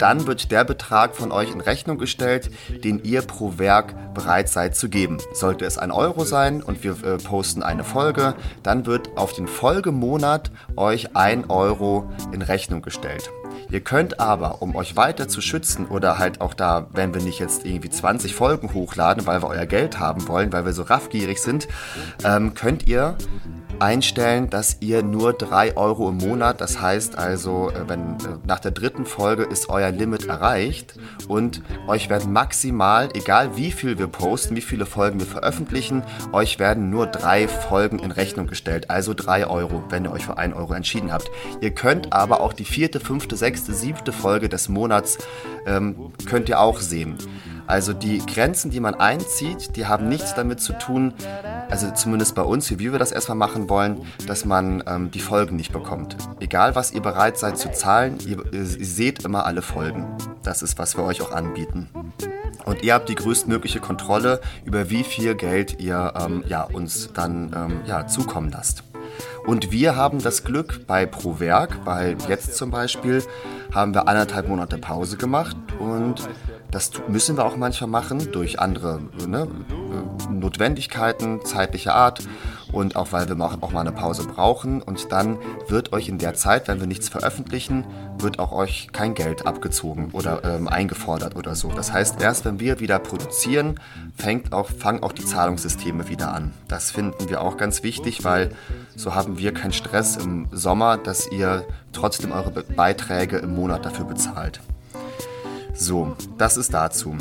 dann wird der Betrag von euch in Rechnung gestellt, den ihr pro Werk bereit seid zu geben. Sollte es 1 Euro sein und wir posten eine Folge, dann wird auf den Folgemonat euch 1 Euro in Rechnung gestellt. Ihr könnt aber, um euch weiter zu schützen oder halt auch da, wenn wir nicht jetzt irgendwie 20 Folgen hochladen, weil wir euer Geld haben wollen, weil wir so raffgierig sind, könnt ihr einstellen, dass ihr nur 3 Euro im Monat, das heißt also, wenn nach der 3. Folge ist euer Limit erreicht und euch werden maximal, egal wie viel wir posten, wie viele Folgen wir veröffentlichen, euch werden nur 3 Folgen in Rechnung gestellt, also 3 Euro, wenn ihr euch für 1 Euro entschieden habt. Ihr könnt aber auch die 4., 5., 6., 7. Folge des Monats könnt ihr auch sehen. Also die Grenzen, die man einzieht, die haben nichts damit zu tun, also zumindest bei uns, wie wir das erstmal machen wollen, dass man die Folgen nicht bekommt. Egal, was ihr bereit seid zu zahlen, ihr seht immer alle Folgen. Das ist, was wir euch auch anbieten. Und ihr habt die größtmögliche Kontrolle, über wie viel Geld ihr uns dann zukommen lasst. Und wir haben das Glück bei Pro Werk, weil jetzt zum Beispiel haben wir 1,5 Monate Pause gemacht und das müssen wir auch manchmal machen durch andere Notwendigkeiten, zeitlicher Art und auch weil wir auch mal eine Pause brauchen. Und dann wird euch in der Zeit, wenn wir nichts veröffentlichen, wird auch euch kein Geld abgezogen oder eingefordert oder so. Das heißt, erst wenn wir wieder produzieren, fangen auch die Zahlungssysteme wieder an. Das finden wir auch ganz wichtig, weil so haben wir keinen Stress im Sommer, dass ihr trotzdem eure Beiträge im Monat dafür bezahlt. So, das ist dazu.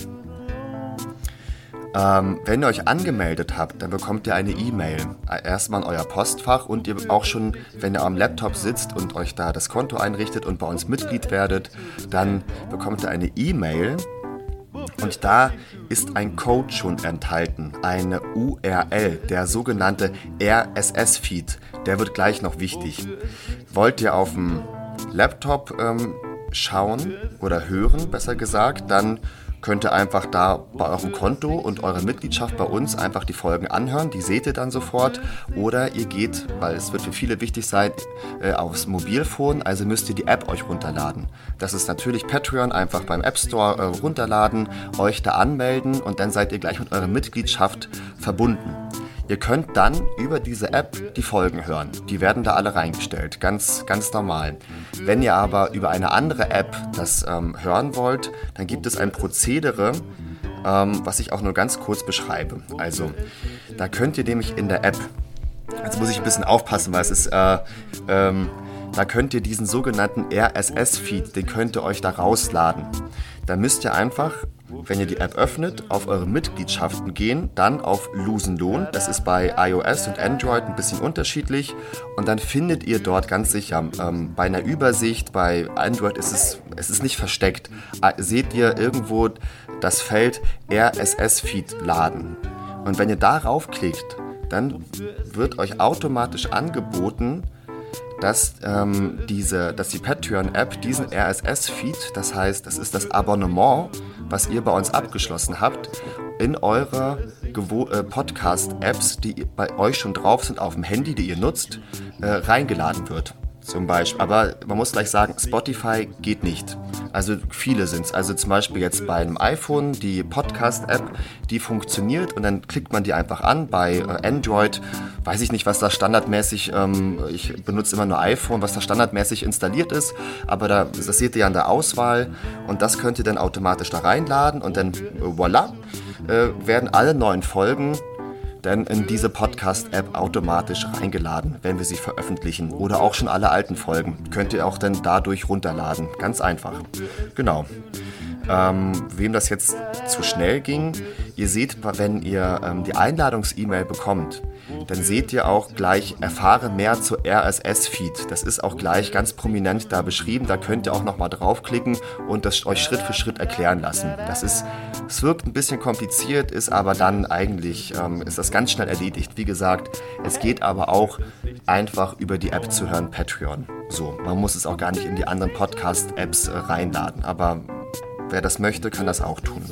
Wenn ihr euch angemeldet habt, dann bekommt ihr eine E-Mail. Erstmal in euer Postfach und ihr auch schon, wenn ihr am Laptop sitzt und euch da das Konto einrichtet und bei uns Mitglied werdet, dann bekommt ihr eine E-Mail und da ist ein Code schon enthalten, eine URL, der sogenannte RSS-Feed. Der wird gleich noch wichtig. Wollt ihr auf dem Laptop schauen oder hören, besser gesagt, dann könnt ihr einfach da bei eurem Konto und eurer Mitgliedschaft bei uns einfach die Folgen anhören, die seht ihr dann sofort. Oder ihr geht, weil es wird für viele wichtig sein, aufs Mobilphone, also müsst ihr die App euch runterladen. Das ist natürlich Patreon, einfach beim App Store runterladen, euch da anmelden und dann seid ihr gleich mit eurer Mitgliedschaft verbunden. Ihr könnt dann über diese App die Folgen hören. Die werden da alle reingestellt, ganz, ganz normal. Wenn ihr aber über eine andere App das hören wollt, dann gibt es ein Prozedere, was ich auch nur ganz kurz beschreibe. Also, da könnt ihr nämlich in der App, jetzt muss ich ein bisschen aufpassen, weil es ist, da könnt ihr diesen sogenannten RSS-Feed, den könnt ihr euch da rausladen. Da müsst ihr einfach, wenn ihr die App öffnet, auf eure Mitgliedschaften gehen, dann auf Losen Lohn. Das ist bei iOS und Android ein bisschen unterschiedlich. Und dann findet ihr dort ganz sicher, bei einer Übersicht, bei Android ist es nicht versteckt, seht ihr irgendwo das Feld RSS-Feed laden. Und wenn ihr darauf klickt, dann wird euch automatisch angeboten, dass die Patreon-App diesen RSS-Feed, das heißt, das ist das Abonnement, was ihr bei uns abgeschlossen habt, in eure Podcast-Apps, die bei euch schon drauf sind, auf dem Handy, die ihr nutzt, reingeladen wird. Zum Beispiel, aber man muss gleich sagen, Spotify geht nicht. Also viele sind es. Also zum Beispiel jetzt bei einem iPhone, die Podcast-App, die funktioniert und dann klickt man die einfach an. Bei Android, weiß ich nicht, was da standardmäßig, ich benutze immer nur iPhone, was da standardmäßig installiert ist, aber das seht ihr ja in der Auswahl und das könnt ihr dann automatisch da reinladen und dann voilà, werden alle neuen Folgen dann in diese Podcast-App automatisch reingeladen, wenn wir sie veröffentlichen. Oder auch schon alle alten Folgen. Könnt ihr auch dann dadurch runterladen. Ganz einfach. Genau. Wem das jetzt zu schnell ging, ihr seht, wenn ihr die Einladungs-E-Mail bekommt, dann seht ihr auch gleich, erfahre mehr zu RSS-Feed. Das ist auch gleich ganz prominent da beschrieben. Da könnt ihr auch nochmal draufklicken und das euch Schritt für Schritt erklären lassen. Es wirkt ein bisschen kompliziert, ist aber dann eigentlich, ist das ganz schnell erledigt. Wie gesagt, es geht aber auch einfach über die App zu hören, Patreon. So, man muss es auch gar nicht in die anderen Podcast-Apps reinladen, aber wer das möchte, kann das auch tun.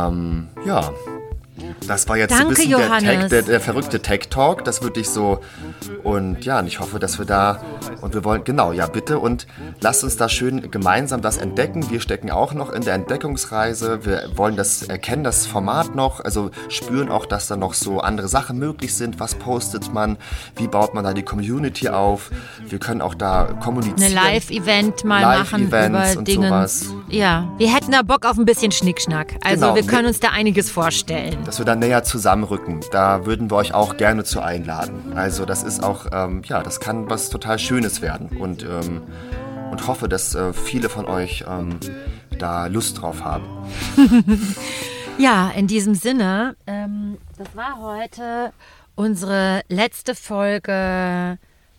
Ja, das war jetzt Danke, ein bisschen der verrückte Tech-Talk. Das würde ich so Und ja, und ich hoffe, dass wir da, und wir wollen, genau, ja bitte, und lasst uns da schön gemeinsam das entdecken. Wir stecken auch noch in der Entdeckungsreise. Wir wollen das erkennen, das Format noch, also spüren auch, dass da noch so andere Sachen möglich sind. Was postet man? Wie baut man da die Community auf? Wir können auch da kommunizieren. Eine Live-Event machen über Dinge. Sowas. Ja, wir hätten da Bock auf ein bisschen Schnickschnack. Also Genau. wir können uns da einiges vorstellen. Dass wir da näher zusammenrücken. Da würden wir euch auch gerne zu einladen. Also das ist auch, das kann was total Schönes werden. Und hoffe, dass viele von euch da Lust drauf haben. Ja, in diesem Sinne, das war heute unsere letzte Folge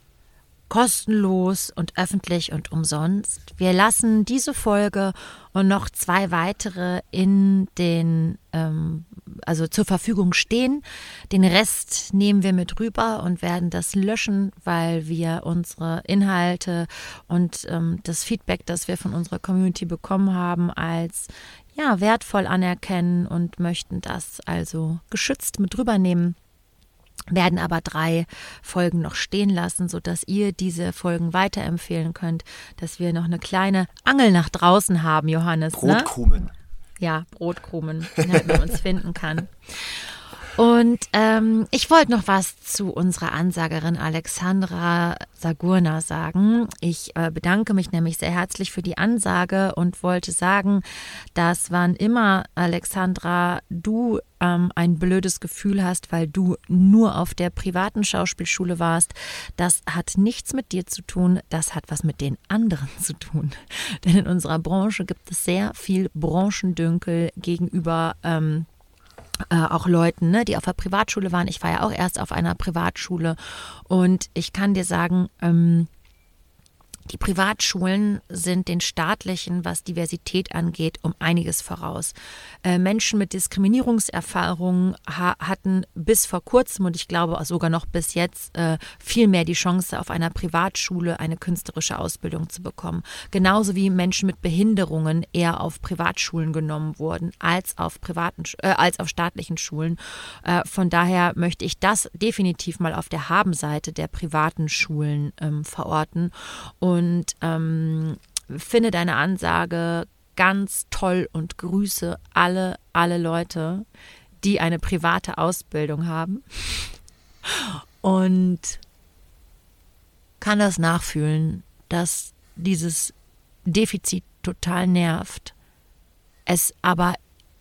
kostenlos und öffentlich und umsonst. Wir lassen diese Folge und noch 2 weitere in den, zur Verfügung stehen. Den Rest nehmen wir mit rüber und werden das löschen, weil wir unsere Inhalte und das Feedback, das wir von unserer Community bekommen haben, als wertvoll anerkennen und möchten das also geschützt mit rübernehmen. Werden aber 3 Folgen noch stehen lassen, sodass ihr diese Folgen weiterempfehlen könnt, dass wir noch eine kleine Angel nach draußen haben, Johannes. Brotkrumen. Ne? Ja, Brotkrumen, damit man uns finden kann. Und ich wollte noch was zu unserer Ansagerin Alexandra Sagurna sagen. Ich bedanke mich nämlich sehr herzlich für die Ansage und wollte sagen, dass wann immer, Alexandra, du ein blödes Gefühl hast, weil du nur auf der privaten Schauspielschule warst, das hat nichts mit dir zu tun, das hat was mit den anderen zu tun. Denn in unserer Branche gibt es sehr viel Branchendünkel gegenüber auch Leuten, ne, die auf der Privatschule waren. Ich war ja auch erst auf einer Privatschule und ich kann dir sagen, die Privatschulen sind den staatlichen, was Diversität angeht, um einiges voraus. Menschen mit Diskriminierungserfahrungen hatten bis vor kurzem und ich glaube sogar noch bis jetzt viel mehr die Chance, auf einer Privatschule eine künstlerische Ausbildung zu bekommen. Genauso wie Menschen mit Behinderungen eher auf Privatschulen genommen wurden als auf staatlichen Schulen. Von daher möchte ich das definitiv mal auf der Habenseite der privaten Schulen verorten. Und finde deine Ansage ganz toll und grüße alle Leute, die eine private Ausbildung haben und kann das nachfühlen, dass dieses Defizit total nervt, es aber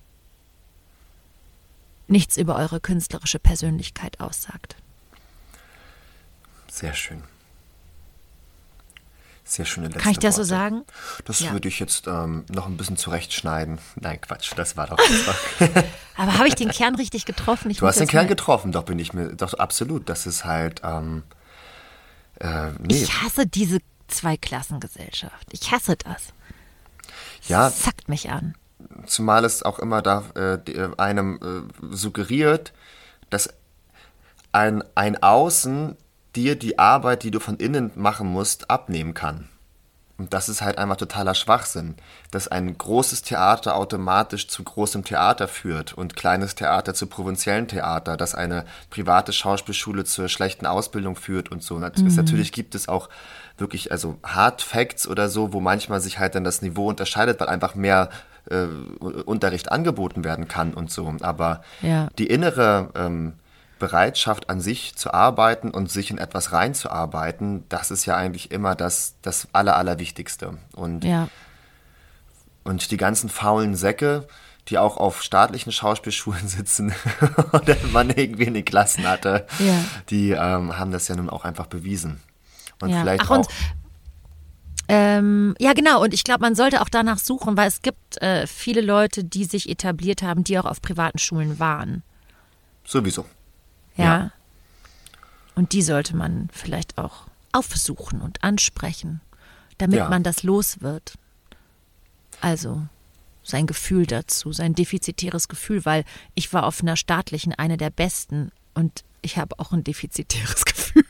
nichts über eure künstlerische Persönlichkeit aussagt. Sehr schön. Sehr schöne letzte Kann ich das Worte. so sagen? Das Ja. würde ich jetzt noch ein bisschen zurechtschneiden. Nein, Quatsch, das war doch... Aber habe ich den Kern richtig getroffen? Du hast den Kern getroffen, doch absolut. Das ist halt... Ich hasse diese Zweiklassengesellschaft. Ich hasse das. Ja, Das zackt mich an. zumal es auch immer einem suggeriert, dass ein Außen dir die Arbeit, die du von innen machen musst, abnehmen kann. Und das ist halt einfach totaler Schwachsinn, dass ein großes Theater automatisch zu großem Theater führt und kleines Theater zu provinziellen Theater, dass eine private Schauspielschule zur schlechten Ausbildung führt und so. Natürlich gibt es auch wirklich Hard Facts oder so, wo manchmal sich halt dann das Niveau unterscheidet, weil einfach mehr Unterricht angeboten werden kann und so. Aber die innere Bereitschaft an sich zu arbeiten und sich in etwas reinzuarbeiten, das ist ja eigentlich immer das Allerwichtigste. Und die ganzen faulen Säcke, die auch auf staatlichen Schauspielschulen sitzen oder man irgendwie in den Klassen hatte, die haben das ja nun auch einfach bewiesen. Und vielleicht auch... ja, genau. Und ich glaube, man sollte auch danach suchen, weil es gibt viele Leute, die sich etabliert haben, die auch auf privaten Schulen waren. Sowieso. Ja. Und die sollte man vielleicht auch aufsuchen und ansprechen, damit man das los wird. Also sein Gefühl dazu, sein defizitäres Gefühl, weil ich war auf einer staatlichen eine der besten und ich habe auch ein defizitäres Gefühl.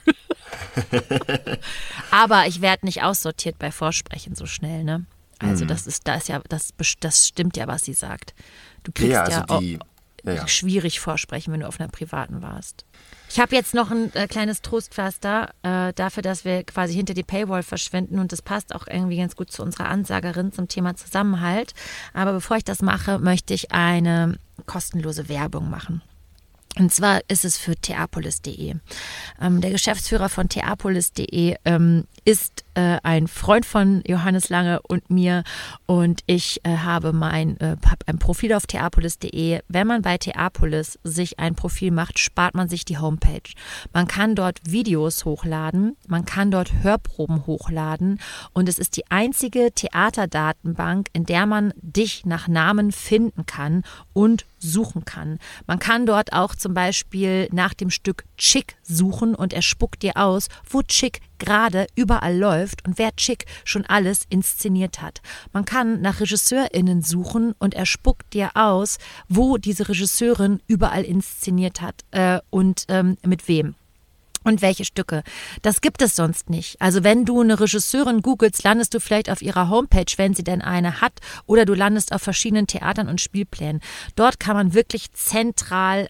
Aber ich werde nicht aussortiert bei Vorsprechen so schnell, ne? Also das stimmt ja, was sie sagt. Du kriegst schwierig vorsprechen, wenn du auf einer privaten warst. Ich habe jetzt noch ein kleines Trostpflaster dafür, dass wir quasi hinter die Paywall verschwinden und das passt auch irgendwie ganz gut zu unserer Ansagerin zum Thema Zusammenhalt. Aber bevor ich das mache, möchte ich eine kostenlose Werbung machen. Und zwar ist es für theapolis.de. Der Geschäftsführer von theapolis.de ist ein Freund von Johannes Lange und mir und ich habe ein Profil auf theapolis.de. Wenn man bei Theapolis sich ein Profil macht, spart man sich die Homepage. Man kann dort Videos hochladen, man kann dort Hörproben hochladen und es ist die einzige Theaterdatenbank, in der man dich nach Namen finden kann und suchen kann. Man kann dort auch zum Beispiel nach dem Stück Chick suchen und er spuckt dir aus, wo Chick gerade überall läuft und wer Chick schon alles inszeniert hat. Man kann nach RegisseurInnen suchen und er spuckt dir aus, wo diese Regisseurin überall inszeniert hat und mit wem. Und welche Stücke. Das gibt es sonst nicht. Also wenn du eine Regisseurin googelst, landest du vielleicht auf ihrer Homepage, wenn sie denn eine hat, oder du landest auf verschiedenen Theatern und Spielplänen. Dort kann man wirklich zentral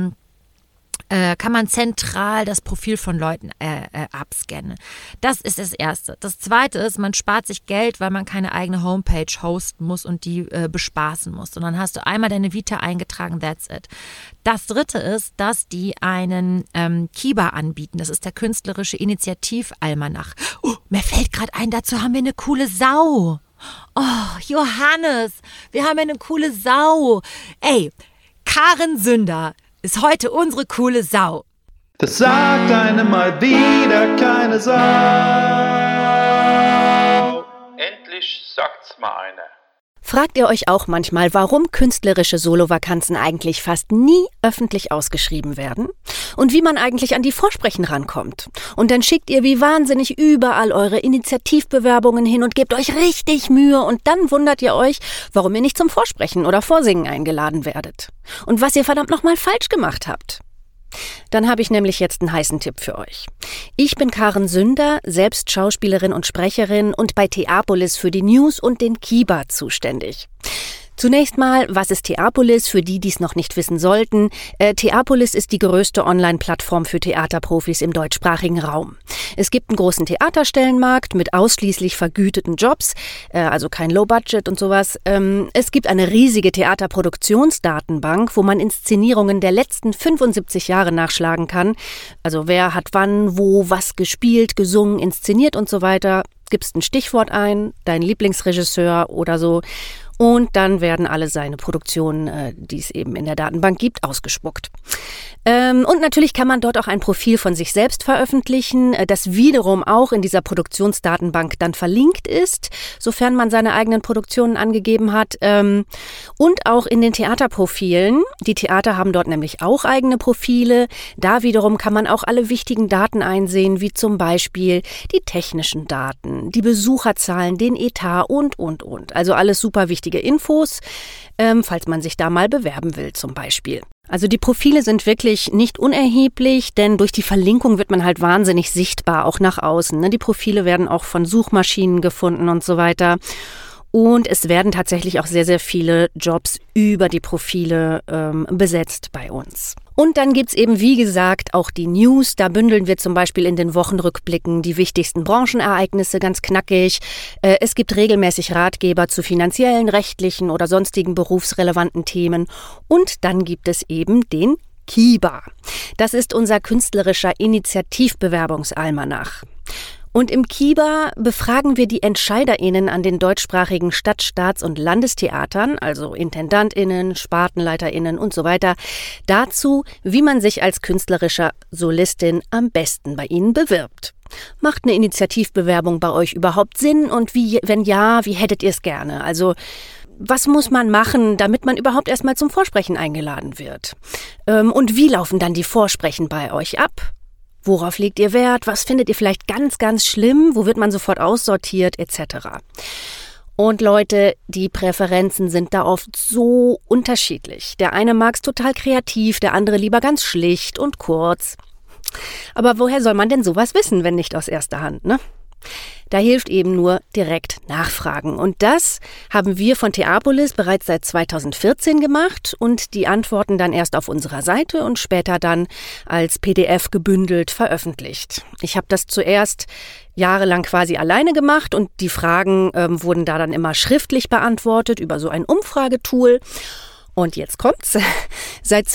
das Profil von Leuten abscannen. Das ist das Erste. Das Zweite ist, man spart sich Geld, weil man keine eigene Homepage hosten muss und die bespaßen muss. Und dann hast du einmal deine Vita eingetragen, that's it. Das Dritte ist, dass die einen KIBA anbieten. Das ist der künstlerische Initiativalmanach. Mir fällt gerade ein, dazu haben wir eine coole Sau. Oh, Johannes, wir haben eine coole Sau. Ey, Karen Sünder ist heute unsere coole Sau. Das sagt einem mal wieder keine Sau. Endlich sagt's mal einer. Fragt ihr euch auch manchmal, warum künstlerische Solovakanzen eigentlich fast nie öffentlich ausgeschrieben werden? Und wie man eigentlich an die Vorsprechen rankommt? Und dann schickt ihr wie wahnsinnig überall eure Initiativbewerbungen hin und gebt euch richtig Mühe und dann wundert ihr euch, warum ihr nicht zum Vorsprechen oder Vorsingen eingeladen werdet. Und was ihr verdammt nochmal falsch gemacht habt. Dann habe ich nämlich jetzt einen heißen Tipp für euch. Ich bin Karen Sünder, selbst Schauspielerin und Sprecherin und bei Theapolis für die News und den KIBA zuständig. Zunächst mal, was ist Theapolis, für die, die es noch nicht wissen sollten? Theapolis ist die größte Online-Plattform für Theaterprofis im deutschsprachigen Raum. Es gibt einen großen Theaterstellenmarkt mit ausschließlich vergüteten Jobs, also kein Low-Budget und sowas. Es gibt eine riesige Theaterproduktionsdatenbank, wo man Inszenierungen der letzten 75 Jahre nachschlagen kann. Also wer hat wann, wo, was gespielt, gesungen, inszeniert und so weiter. Gibst ein Stichwort ein, dein Lieblingsregisseur oder so. Und dann werden alle seine Produktionen, die es eben in der Datenbank gibt, ausgespuckt. Und natürlich kann man dort auch ein Profil von sich selbst veröffentlichen, das wiederum auch in dieser Produktionsdatenbank dann verlinkt ist, sofern man seine eigenen Produktionen angegeben hat. Und auch in den Theaterprofilen. Die Theater haben dort nämlich auch eigene Profile. Da wiederum kann man auch alle wichtigen Daten einsehen, wie zum Beispiel die technischen Daten, die Besucherzahlen, den Etat und. Also alles super wichtige Infos, falls man sich da mal bewerben will zum Beispiel. Also die Profile sind wirklich nicht unerheblich, denn durch die Verlinkung wird man halt wahnsinnig sichtbar, auch nach außen. Ne? Die Profile werden auch von Suchmaschinen gefunden und so weiter. Und es werden tatsächlich auch sehr, sehr viele Jobs über die Profile besetzt bei uns. Und dann gibt's eben, wie gesagt, auch die News. Da bündeln wir zum Beispiel in den Wochenrückblicken die wichtigsten Branchenereignisse ganz knackig. Es gibt regelmäßig Ratgeber zu finanziellen, rechtlichen oder sonstigen berufsrelevanten Themen. Und dann gibt es eben den KIBA. Das ist unser künstlerischer Initiativbewerbungsalmanach. Und im KIBA befragen wir die EntscheiderInnen an den deutschsprachigen Stadt-, Staats- und Landestheatern, also IntendantInnen, SpartenleiterInnen und so weiter, dazu, wie man sich als künstlerischer Solistin am besten bei ihnen bewirbt. Macht eine Initiativbewerbung bei euch überhaupt Sinn? Und wie, wenn ja, wie hättet ihr es gerne? Also, was muss man machen, damit man überhaupt erstmal zum Vorsprechen eingeladen wird? Und wie laufen dann die Vorsprechen bei euch ab? Worauf legt ihr Wert? Was findet ihr vielleicht ganz, ganz schlimm? Wo wird man sofort aussortiert? Etc. Und Leute, die Präferenzen sind da oft so unterschiedlich. Der eine mag es total kreativ, der andere lieber ganz schlicht und kurz. Aber woher soll man denn sowas wissen, wenn nicht aus erster Hand, ne? Da hilft eben nur direkt nachfragen. Und das haben wir von Theapolis bereits seit 2014 gemacht und die Antworten dann erst auf unserer Seite und später dann als PDF gebündelt veröffentlicht. Ich habe das zuerst jahrelang quasi alleine gemacht und die Fragen wurden da dann immer schriftlich beantwortet über so ein Umfragetool. Und jetzt kommt's. Seit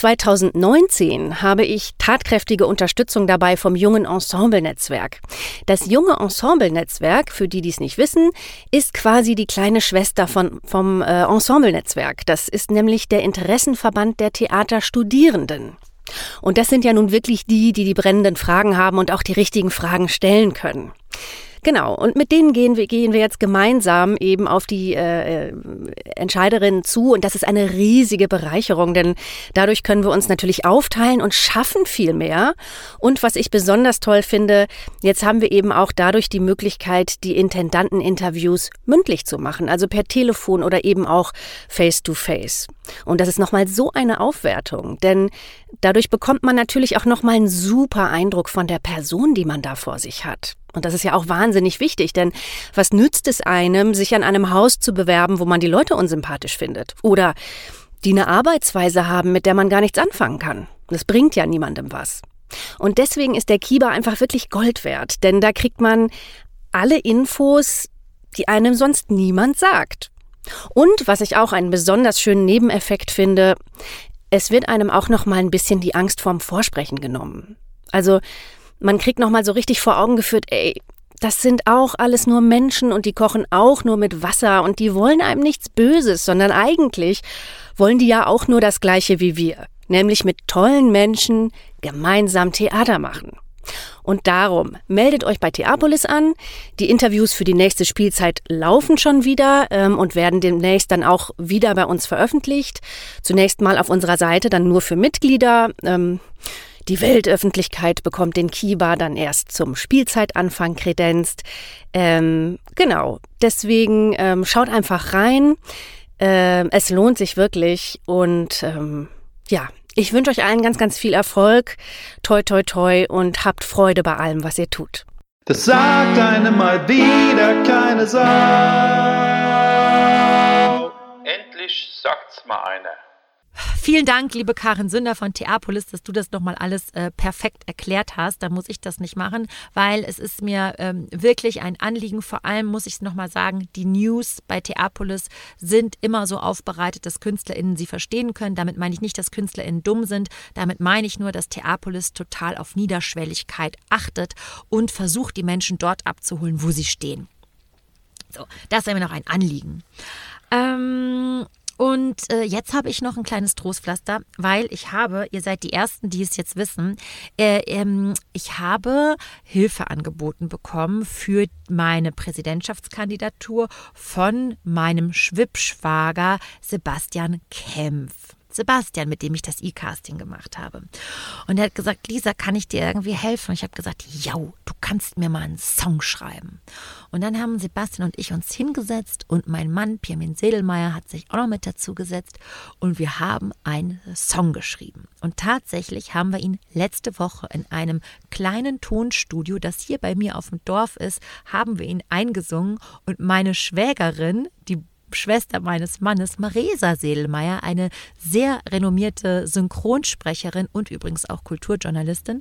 2019 habe ich tatkräftige Unterstützung dabei vom Jungen Ensemble-Netzwerk. Das Junge Ensemble-Netzwerk, für die es nicht wissen, ist quasi die kleine Schwester vom Ensemble-Netzwerk. Das ist nämlich der Interessenverband der Theaterstudierenden. Und das sind ja nun wirklich die brennenden Fragen haben und auch die richtigen Fragen stellen können. Genau, und mit denen gehen wir jetzt gemeinsam eben auf die Entscheiderinnen zu und das ist eine riesige Bereicherung, denn dadurch können wir uns natürlich aufteilen und schaffen viel mehr. Und was ich besonders toll finde, jetzt haben wir eben auch dadurch die Möglichkeit, die Intendanteninterviews mündlich zu machen, also per Telefon oder eben auch face-to-face. Und das ist nochmal so eine Aufwertung, denn dadurch bekommt man natürlich auch nochmal einen super Eindruck von der Person, die man da vor sich hat. Und das ist ja auch wahnsinnig wichtig, denn was nützt es einem, sich an einem Haus zu bewerben, wo man die Leute unsympathisch findet? Oder die eine Arbeitsweise haben, mit der man gar nichts anfangen kann. Das bringt ja niemandem was. Und deswegen ist der KIBA einfach wirklich Gold wert, denn da kriegt man alle Infos, die einem sonst niemand sagt. Und was ich auch einen besonders schönen Nebeneffekt finde, es wird einem auch noch mal ein bisschen die Angst vorm Vorsprechen genommen. Also man kriegt noch mal so richtig vor Augen geführt, das sind auch alles nur Menschen und die kochen auch nur mit Wasser und die wollen einem nichts Böses, sondern eigentlich wollen die ja auch nur das Gleiche wie wir, nämlich mit tollen Menschen gemeinsam Theater machen. Und darum meldet euch bei Theapolis an. Die Interviews für die nächste Spielzeit laufen schon wieder und werden demnächst dann auch wieder bei uns veröffentlicht. Zunächst mal auf unserer Seite, dann nur für Mitglieder. Die Weltöffentlichkeit bekommt den KIBA dann erst zum Spielzeitanfang kredenzt. Genau, deswegen schaut einfach rein. Es lohnt sich wirklich und ja, ich wünsche euch allen ganz, ganz viel Erfolg. Toi, toi, toi und habt Freude bei allem, was ihr tut. Das sagt einem mal wieder keine Sau. Endlich sagt's mal einer. Vielen Dank, liebe Karin Sünder von Theapolis, dass du das nochmal alles perfekt erklärt hast. Da muss ich das nicht machen, weil es ist mir wirklich ein Anliegen. Vor allem muss ich es nochmal sagen, die News bei Theapolis sind immer so aufbereitet, dass KünstlerInnen sie verstehen können. Damit meine ich nicht, dass KünstlerInnen dumm sind. Damit meine ich nur, dass Theapolis total auf Niederschwelligkeit achtet und versucht, die Menschen dort abzuholen, wo sie stehen. So, das ist mir noch ein Anliegen. Und jetzt habe ich noch ein kleines Trostpflaster, weil ihr seid die Ersten, die es jetzt wissen, ich habe Hilfe angeboten bekommen für meine Präsidentschaftskandidatur von meinem Schwippschwager Sebastian Kempf. Sebastian, mit dem ich das E-Casting gemacht habe. Und er hat gesagt, Lisa, kann ich dir irgendwie helfen? Und ich habe gesagt, ja, du kannst mir mal einen Song schreiben. Und dann haben Sebastian und ich uns hingesetzt und mein Mann, Pirmin Sedelmeier, hat sich auch noch mit dazu gesetzt und wir haben einen Song geschrieben. Und tatsächlich haben wir ihn letzte Woche in einem kleinen Tonstudio, das hier bei mir auf dem Dorf ist, haben wir ihn eingesungen und meine Schwägerin, die Schwester meines Mannes, Maresa Sedelmeier, eine sehr renommierte Synchronsprecherin und übrigens auch Kulturjournalistin,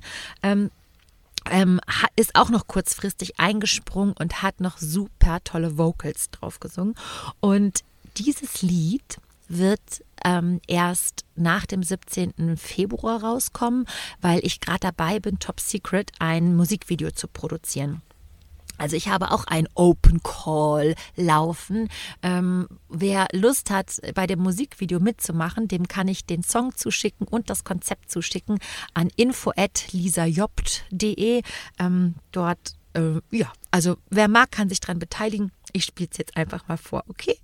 ist auch noch kurzfristig eingesprungen und hat noch super tolle Vocals drauf gesungen. Und dieses Lied wird erst nach dem 17. Februar rauskommen, weil ich gerade dabei bin, Top Secret ein Musikvideo zu produzieren. Also ich habe auch ein Open Call laufen. Wer Lust hat, bei dem Musikvideo mitzumachen, dem kann ich den Song zuschicken und das Konzept zuschicken an info@lisajobt.de. Dort, also wer mag, kann sich dran beteiligen. Ich spiele es jetzt einfach mal vor, okay?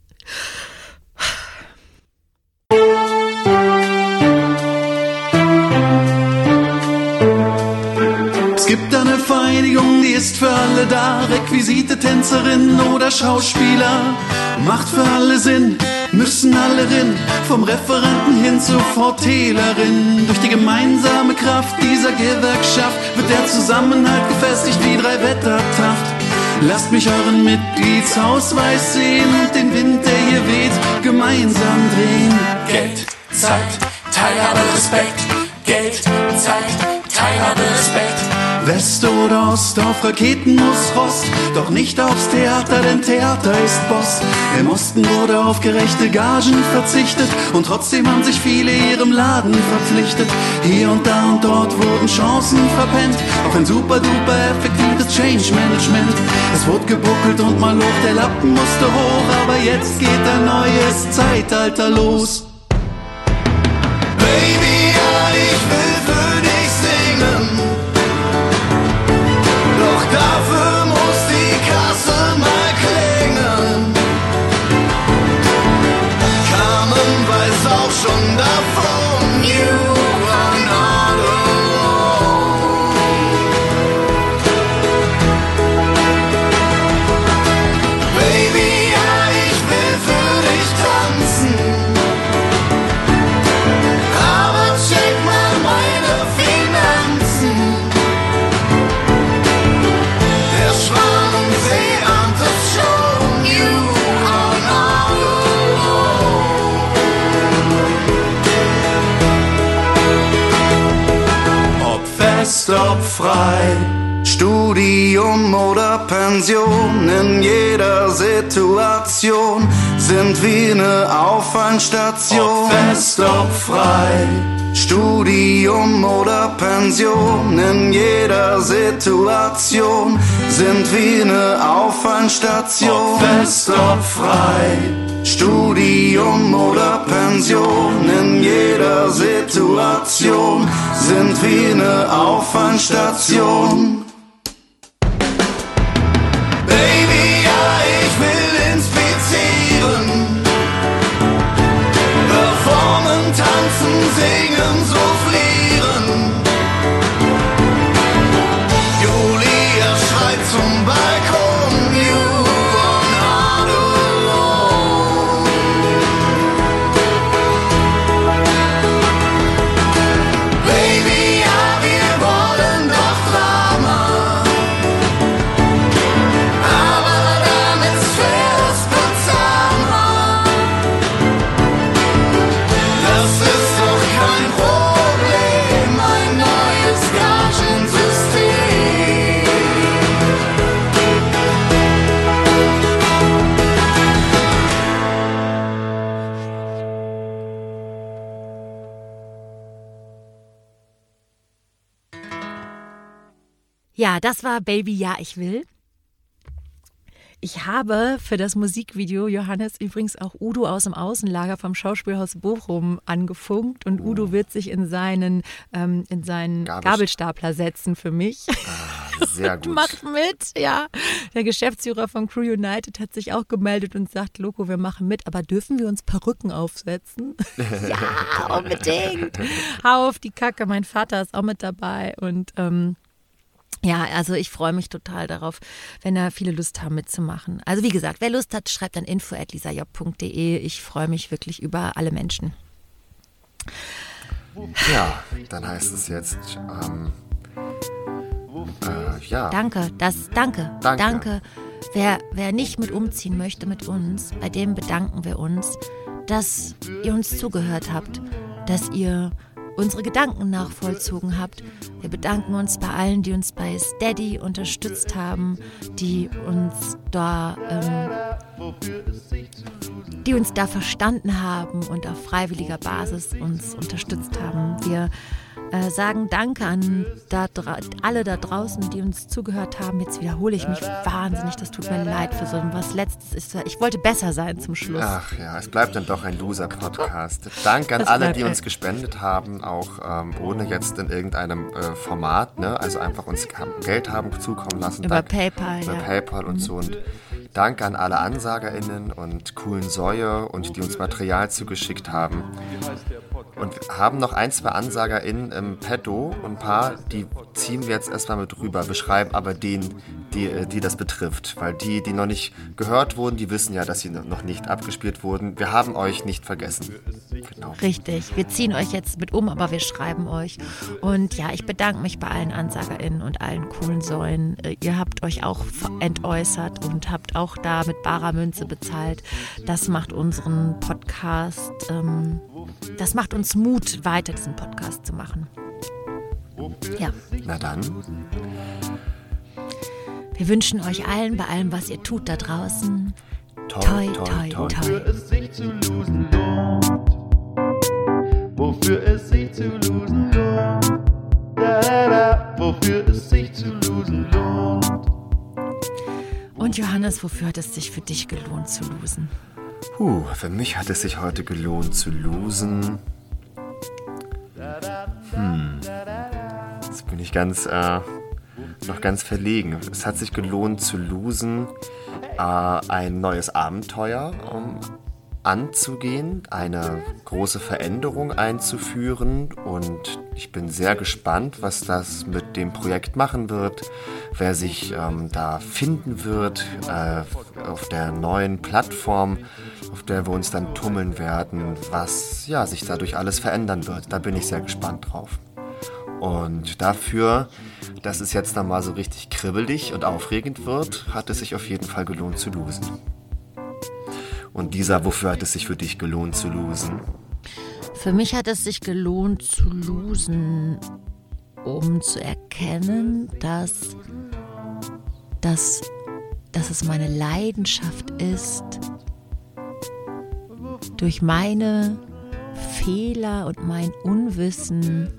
Es gibt eine Vereinigung, die ist für alle da. Requisite, Tänzerinnen oder Schauspieler. Macht für alle Sinn, müssen alle rin. Vom Referenten hin zur Vortälerin. Durch die gemeinsame Kraft dieser Gewerkschaft wird der Zusammenhalt gefestigt wie 3 Wettertaft. Lasst mich euren Mitgliedsausweis sehen und den Wind, der hier weht, gemeinsam drehen. Geld, Zeit, Teilhabe, Respekt. Geld, Zeit, Teilhabe, Respekt. West oder Ost, auf Raketen muss Rost, doch nicht aufs Theater, denn Theater ist Boss. Im Osten wurde auf gerechte Gagen verzichtet und trotzdem haben sich viele ihrem Laden verpflichtet. Hier und da und dort wurden Chancen verpennt, auf ein super duper effektives Change Management. Es wurde gebuckelt und mal hoch, der Lappen musste hoch, aber jetzt geht ein neues Zeitalter los. Baby, ja, ich will für dich singen. Doch dafür muss die Kasse mal klingen. Carmen weiß auch schon davon. You are not alone. Baby, ja, ich will für dich tanzen. Aber check mal meine Finanzen. Der Schwanensee ahnt es schon. You are not alone. Ob fest, ob frei, Studium oder Pension, in jeder Situation sind wir eine Auffangsstation. Ob fest, ob frei, Studium oder Pension, in jeder Situation sind wir eine Auffangsstation. Ob fest, ob frei, Studium oder Pension, in jeder Situation sind wir eine Auffangsstation. Baby, ja, ich will inspizieren. Performen, tanzen, singen, soufflieren. Julia schreit zum Balkon. You are not alone. Baby, ja, wir wollen doch Drama. Aber damit's fair ist, bezahlbar. Das ist doch kein Problem, ein neues Gagensystem. Ja, das war Baby, ja, ich will. Ich habe für das Musikvideo, Johannes, übrigens auch Udo aus dem Außenlager vom Schauspielhaus Bochum angefunkt und Udo wird sich in seinen Gabelstapler setzen für mich. Sehr gut. Macht mit, ja. Der Geschäftsführer von Crew United hat sich auch gemeldet und sagt, Loco, wir machen mit, aber dürfen wir uns Perücken aufsetzen? Ja, unbedingt. Hau auf die Kacke, mein Vater ist auch mit dabei und ja, also ich freue mich total darauf, wenn da viele Lust haben mitzumachen. Also wie gesagt, wer Lust hat, schreibt an info@lisajob.de. Ich freue mich wirklich über alle Menschen. Ja, dann heißt es jetzt, ja. Danke. Wer nicht mit umziehen möchte mit uns, bei dem bedanken wir uns, dass ihr uns zugehört habt, dass ihr unsere Gedanken nachvollzogen habt. Wir bedanken uns bei allen, die uns bei Steady unterstützt haben, die uns da verstanden haben und auf freiwilliger Basis uns unterstützt haben. Wir sagen Danke an alle da draußen, die uns zugehört haben. Jetzt wiederhole ich mich wahnsinnig, das tut mir leid für so was Letztes. Ich wollte besser sein zum Schluss. Ach ja, es bleibt dann doch ein Loser-Podcast. Dank an alle, die uns gespendet haben, auch ohne jetzt in irgendeinem Format, ne? Also einfach uns Geld haben zukommen lassen. Über PayPal, über PayPal und so. Und Danke an alle AnsagerInnen und coolen Säue und die uns Material zugeschickt haben. Und wir haben noch 1, 2 AnsagerInnen im Petto und ein paar, die ziehen wir jetzt erstmal mit rüber, beschreiben aber denen, die das betrifft. Weil die noch nicht gehört wurden, die wissen ja, dass sie noch nicht abgespielt wurden. Wir haben euch nicht vergessen. Genau. Richtig, wir ziehen euch jetzt mit aber wir schreiben euch. Und ja, ich bedanke mich bei allen AnsagerInnen und allen coolen Säulen. Ihr habt euch auch entäußert und habt auch da mit barer Münze bezahlt. Das macht unseren Podcast, das macht uns Mut, weiter diesen Podcast zu machen. Ja. Na dann. Wir wünschen euch allen, bei allem, was ihr tut da draußen, Toi, toi, toi. Wofür es sich zu losen lohnt. Wofür es sich zu losen lohnt. Da, da, da. Wofür es sich zu losen lohnt. Und Johannes, wofür hat es sich für dich gelohnt zu losen? Für mich hat es sich heute gelohnt zu losen. Jetzt bin ich noch ganz verlegen. Es hat sich gelohnt zu losen, ein neues Abenteuer anzugehen, eine große Veränderung einzuführen und ich bin sehr gespannt, was das mit dem Projekt machen wird, wer sich da finden wird auf der neuen Plattform, auf der wir uns dann tummeln werden, was ja sich dadurch alles verändern wird. Da bin ich sehr gespannt drauf. Und dafür, dass es jetzt dann mal so richtig kribbelig und aufregend wird, hat es sich auf jeden Fall gelohnt zu losen. Und Lisa, wofür hat es sich für dich gelohnt zu losen? Für mich hat es sich gelohnt zu losen, um zu erkennen, dass es meine Leidenschaft ist, durch meine Fehler und mein Unwissen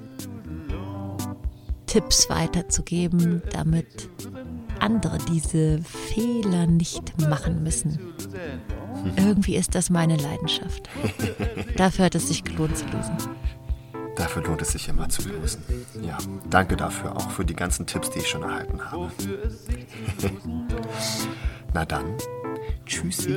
Tipps weiterzugeben, damit andere diese Fehler nicht machen müssen. Irgendwie ist das meine Leidenschaft. Dafür hat es sich gelohnt zu losen. Dafür lohnt es sich immer zu losen. Ja, danke dafür auch für die ganzen Tipps, die ich schon erhalten habe. Na dann, tschüssi.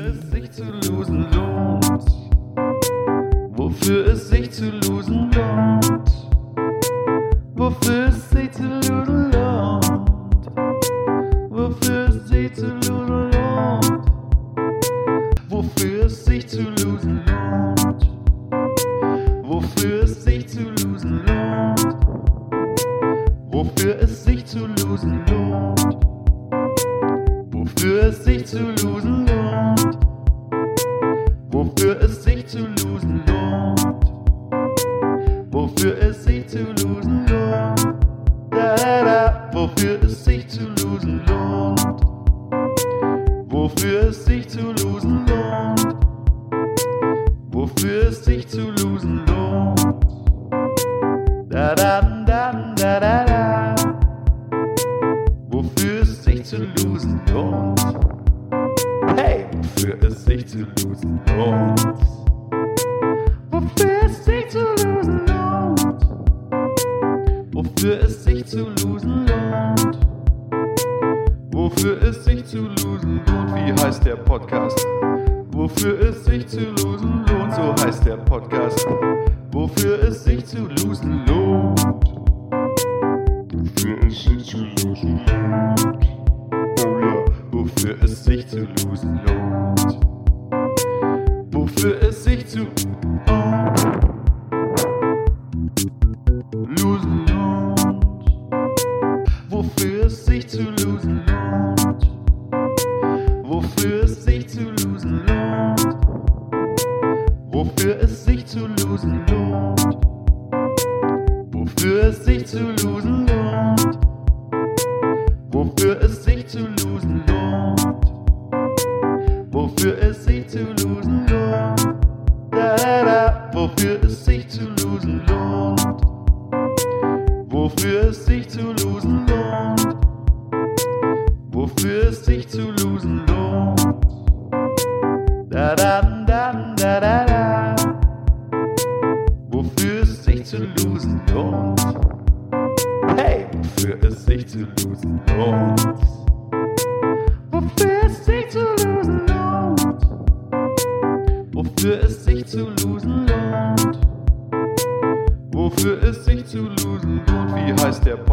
Wofür es sich zu losen lohnt. Wofür es sich zu losen lohnt. Wofür es sich zu losen lohnt. Wofür es sich zu losen lohnt. Wofür es sich zu losen lohnt. Wofür es sich zu losen lohnt. Wofür es sich zu losen lohnt. Wofür es sich zu losen lohnt. Wofür es sich zu losen lohnt. Da, da, da. Wofür es sich zu losen lohnt. Wofür es sich zu losen lohnt. Wofür es sich zu losen lohnt. Da, da, da, da, da, da. Wofür es sich zu losen lohnt. Hey, wofür es sich zu losen lohnt. Wofür es sich zu losen lohnt. Wofür es sich zu losen lohnt. Wofür es sich zu losen lohnt. Wie heißt der Podcast? Wofür es sich zu losen lohnt. So heißt der Podcast. Wofür es sich zu losen lohnt. Wofür es sich zu losen lohnt. Oh ja. Wofür es sich zu losen lohnt. Wofür es sich zu losen lohnt. Wofür es sich zu losen lohnt. Wofür es sich zu losen lohnt. Wofür es sich zu losen lohnt. Wofür es sich zu losen lohnt. Wofür es sich zu losen lohnt. Wofür es sich zu losen lohnt. Da, da, da. Wofür es sich zu losen lohnt. Wofür es sich zu losen lohnt. Wofür es sich zu losen lohnt. Da, da, da, da, da, da. Wofür es sich zu losen lohnt. Hey, wofür es sich zu losen lohnt. Wofür es sich zu losen lohnt. Wofür es sich zu losen lohnt.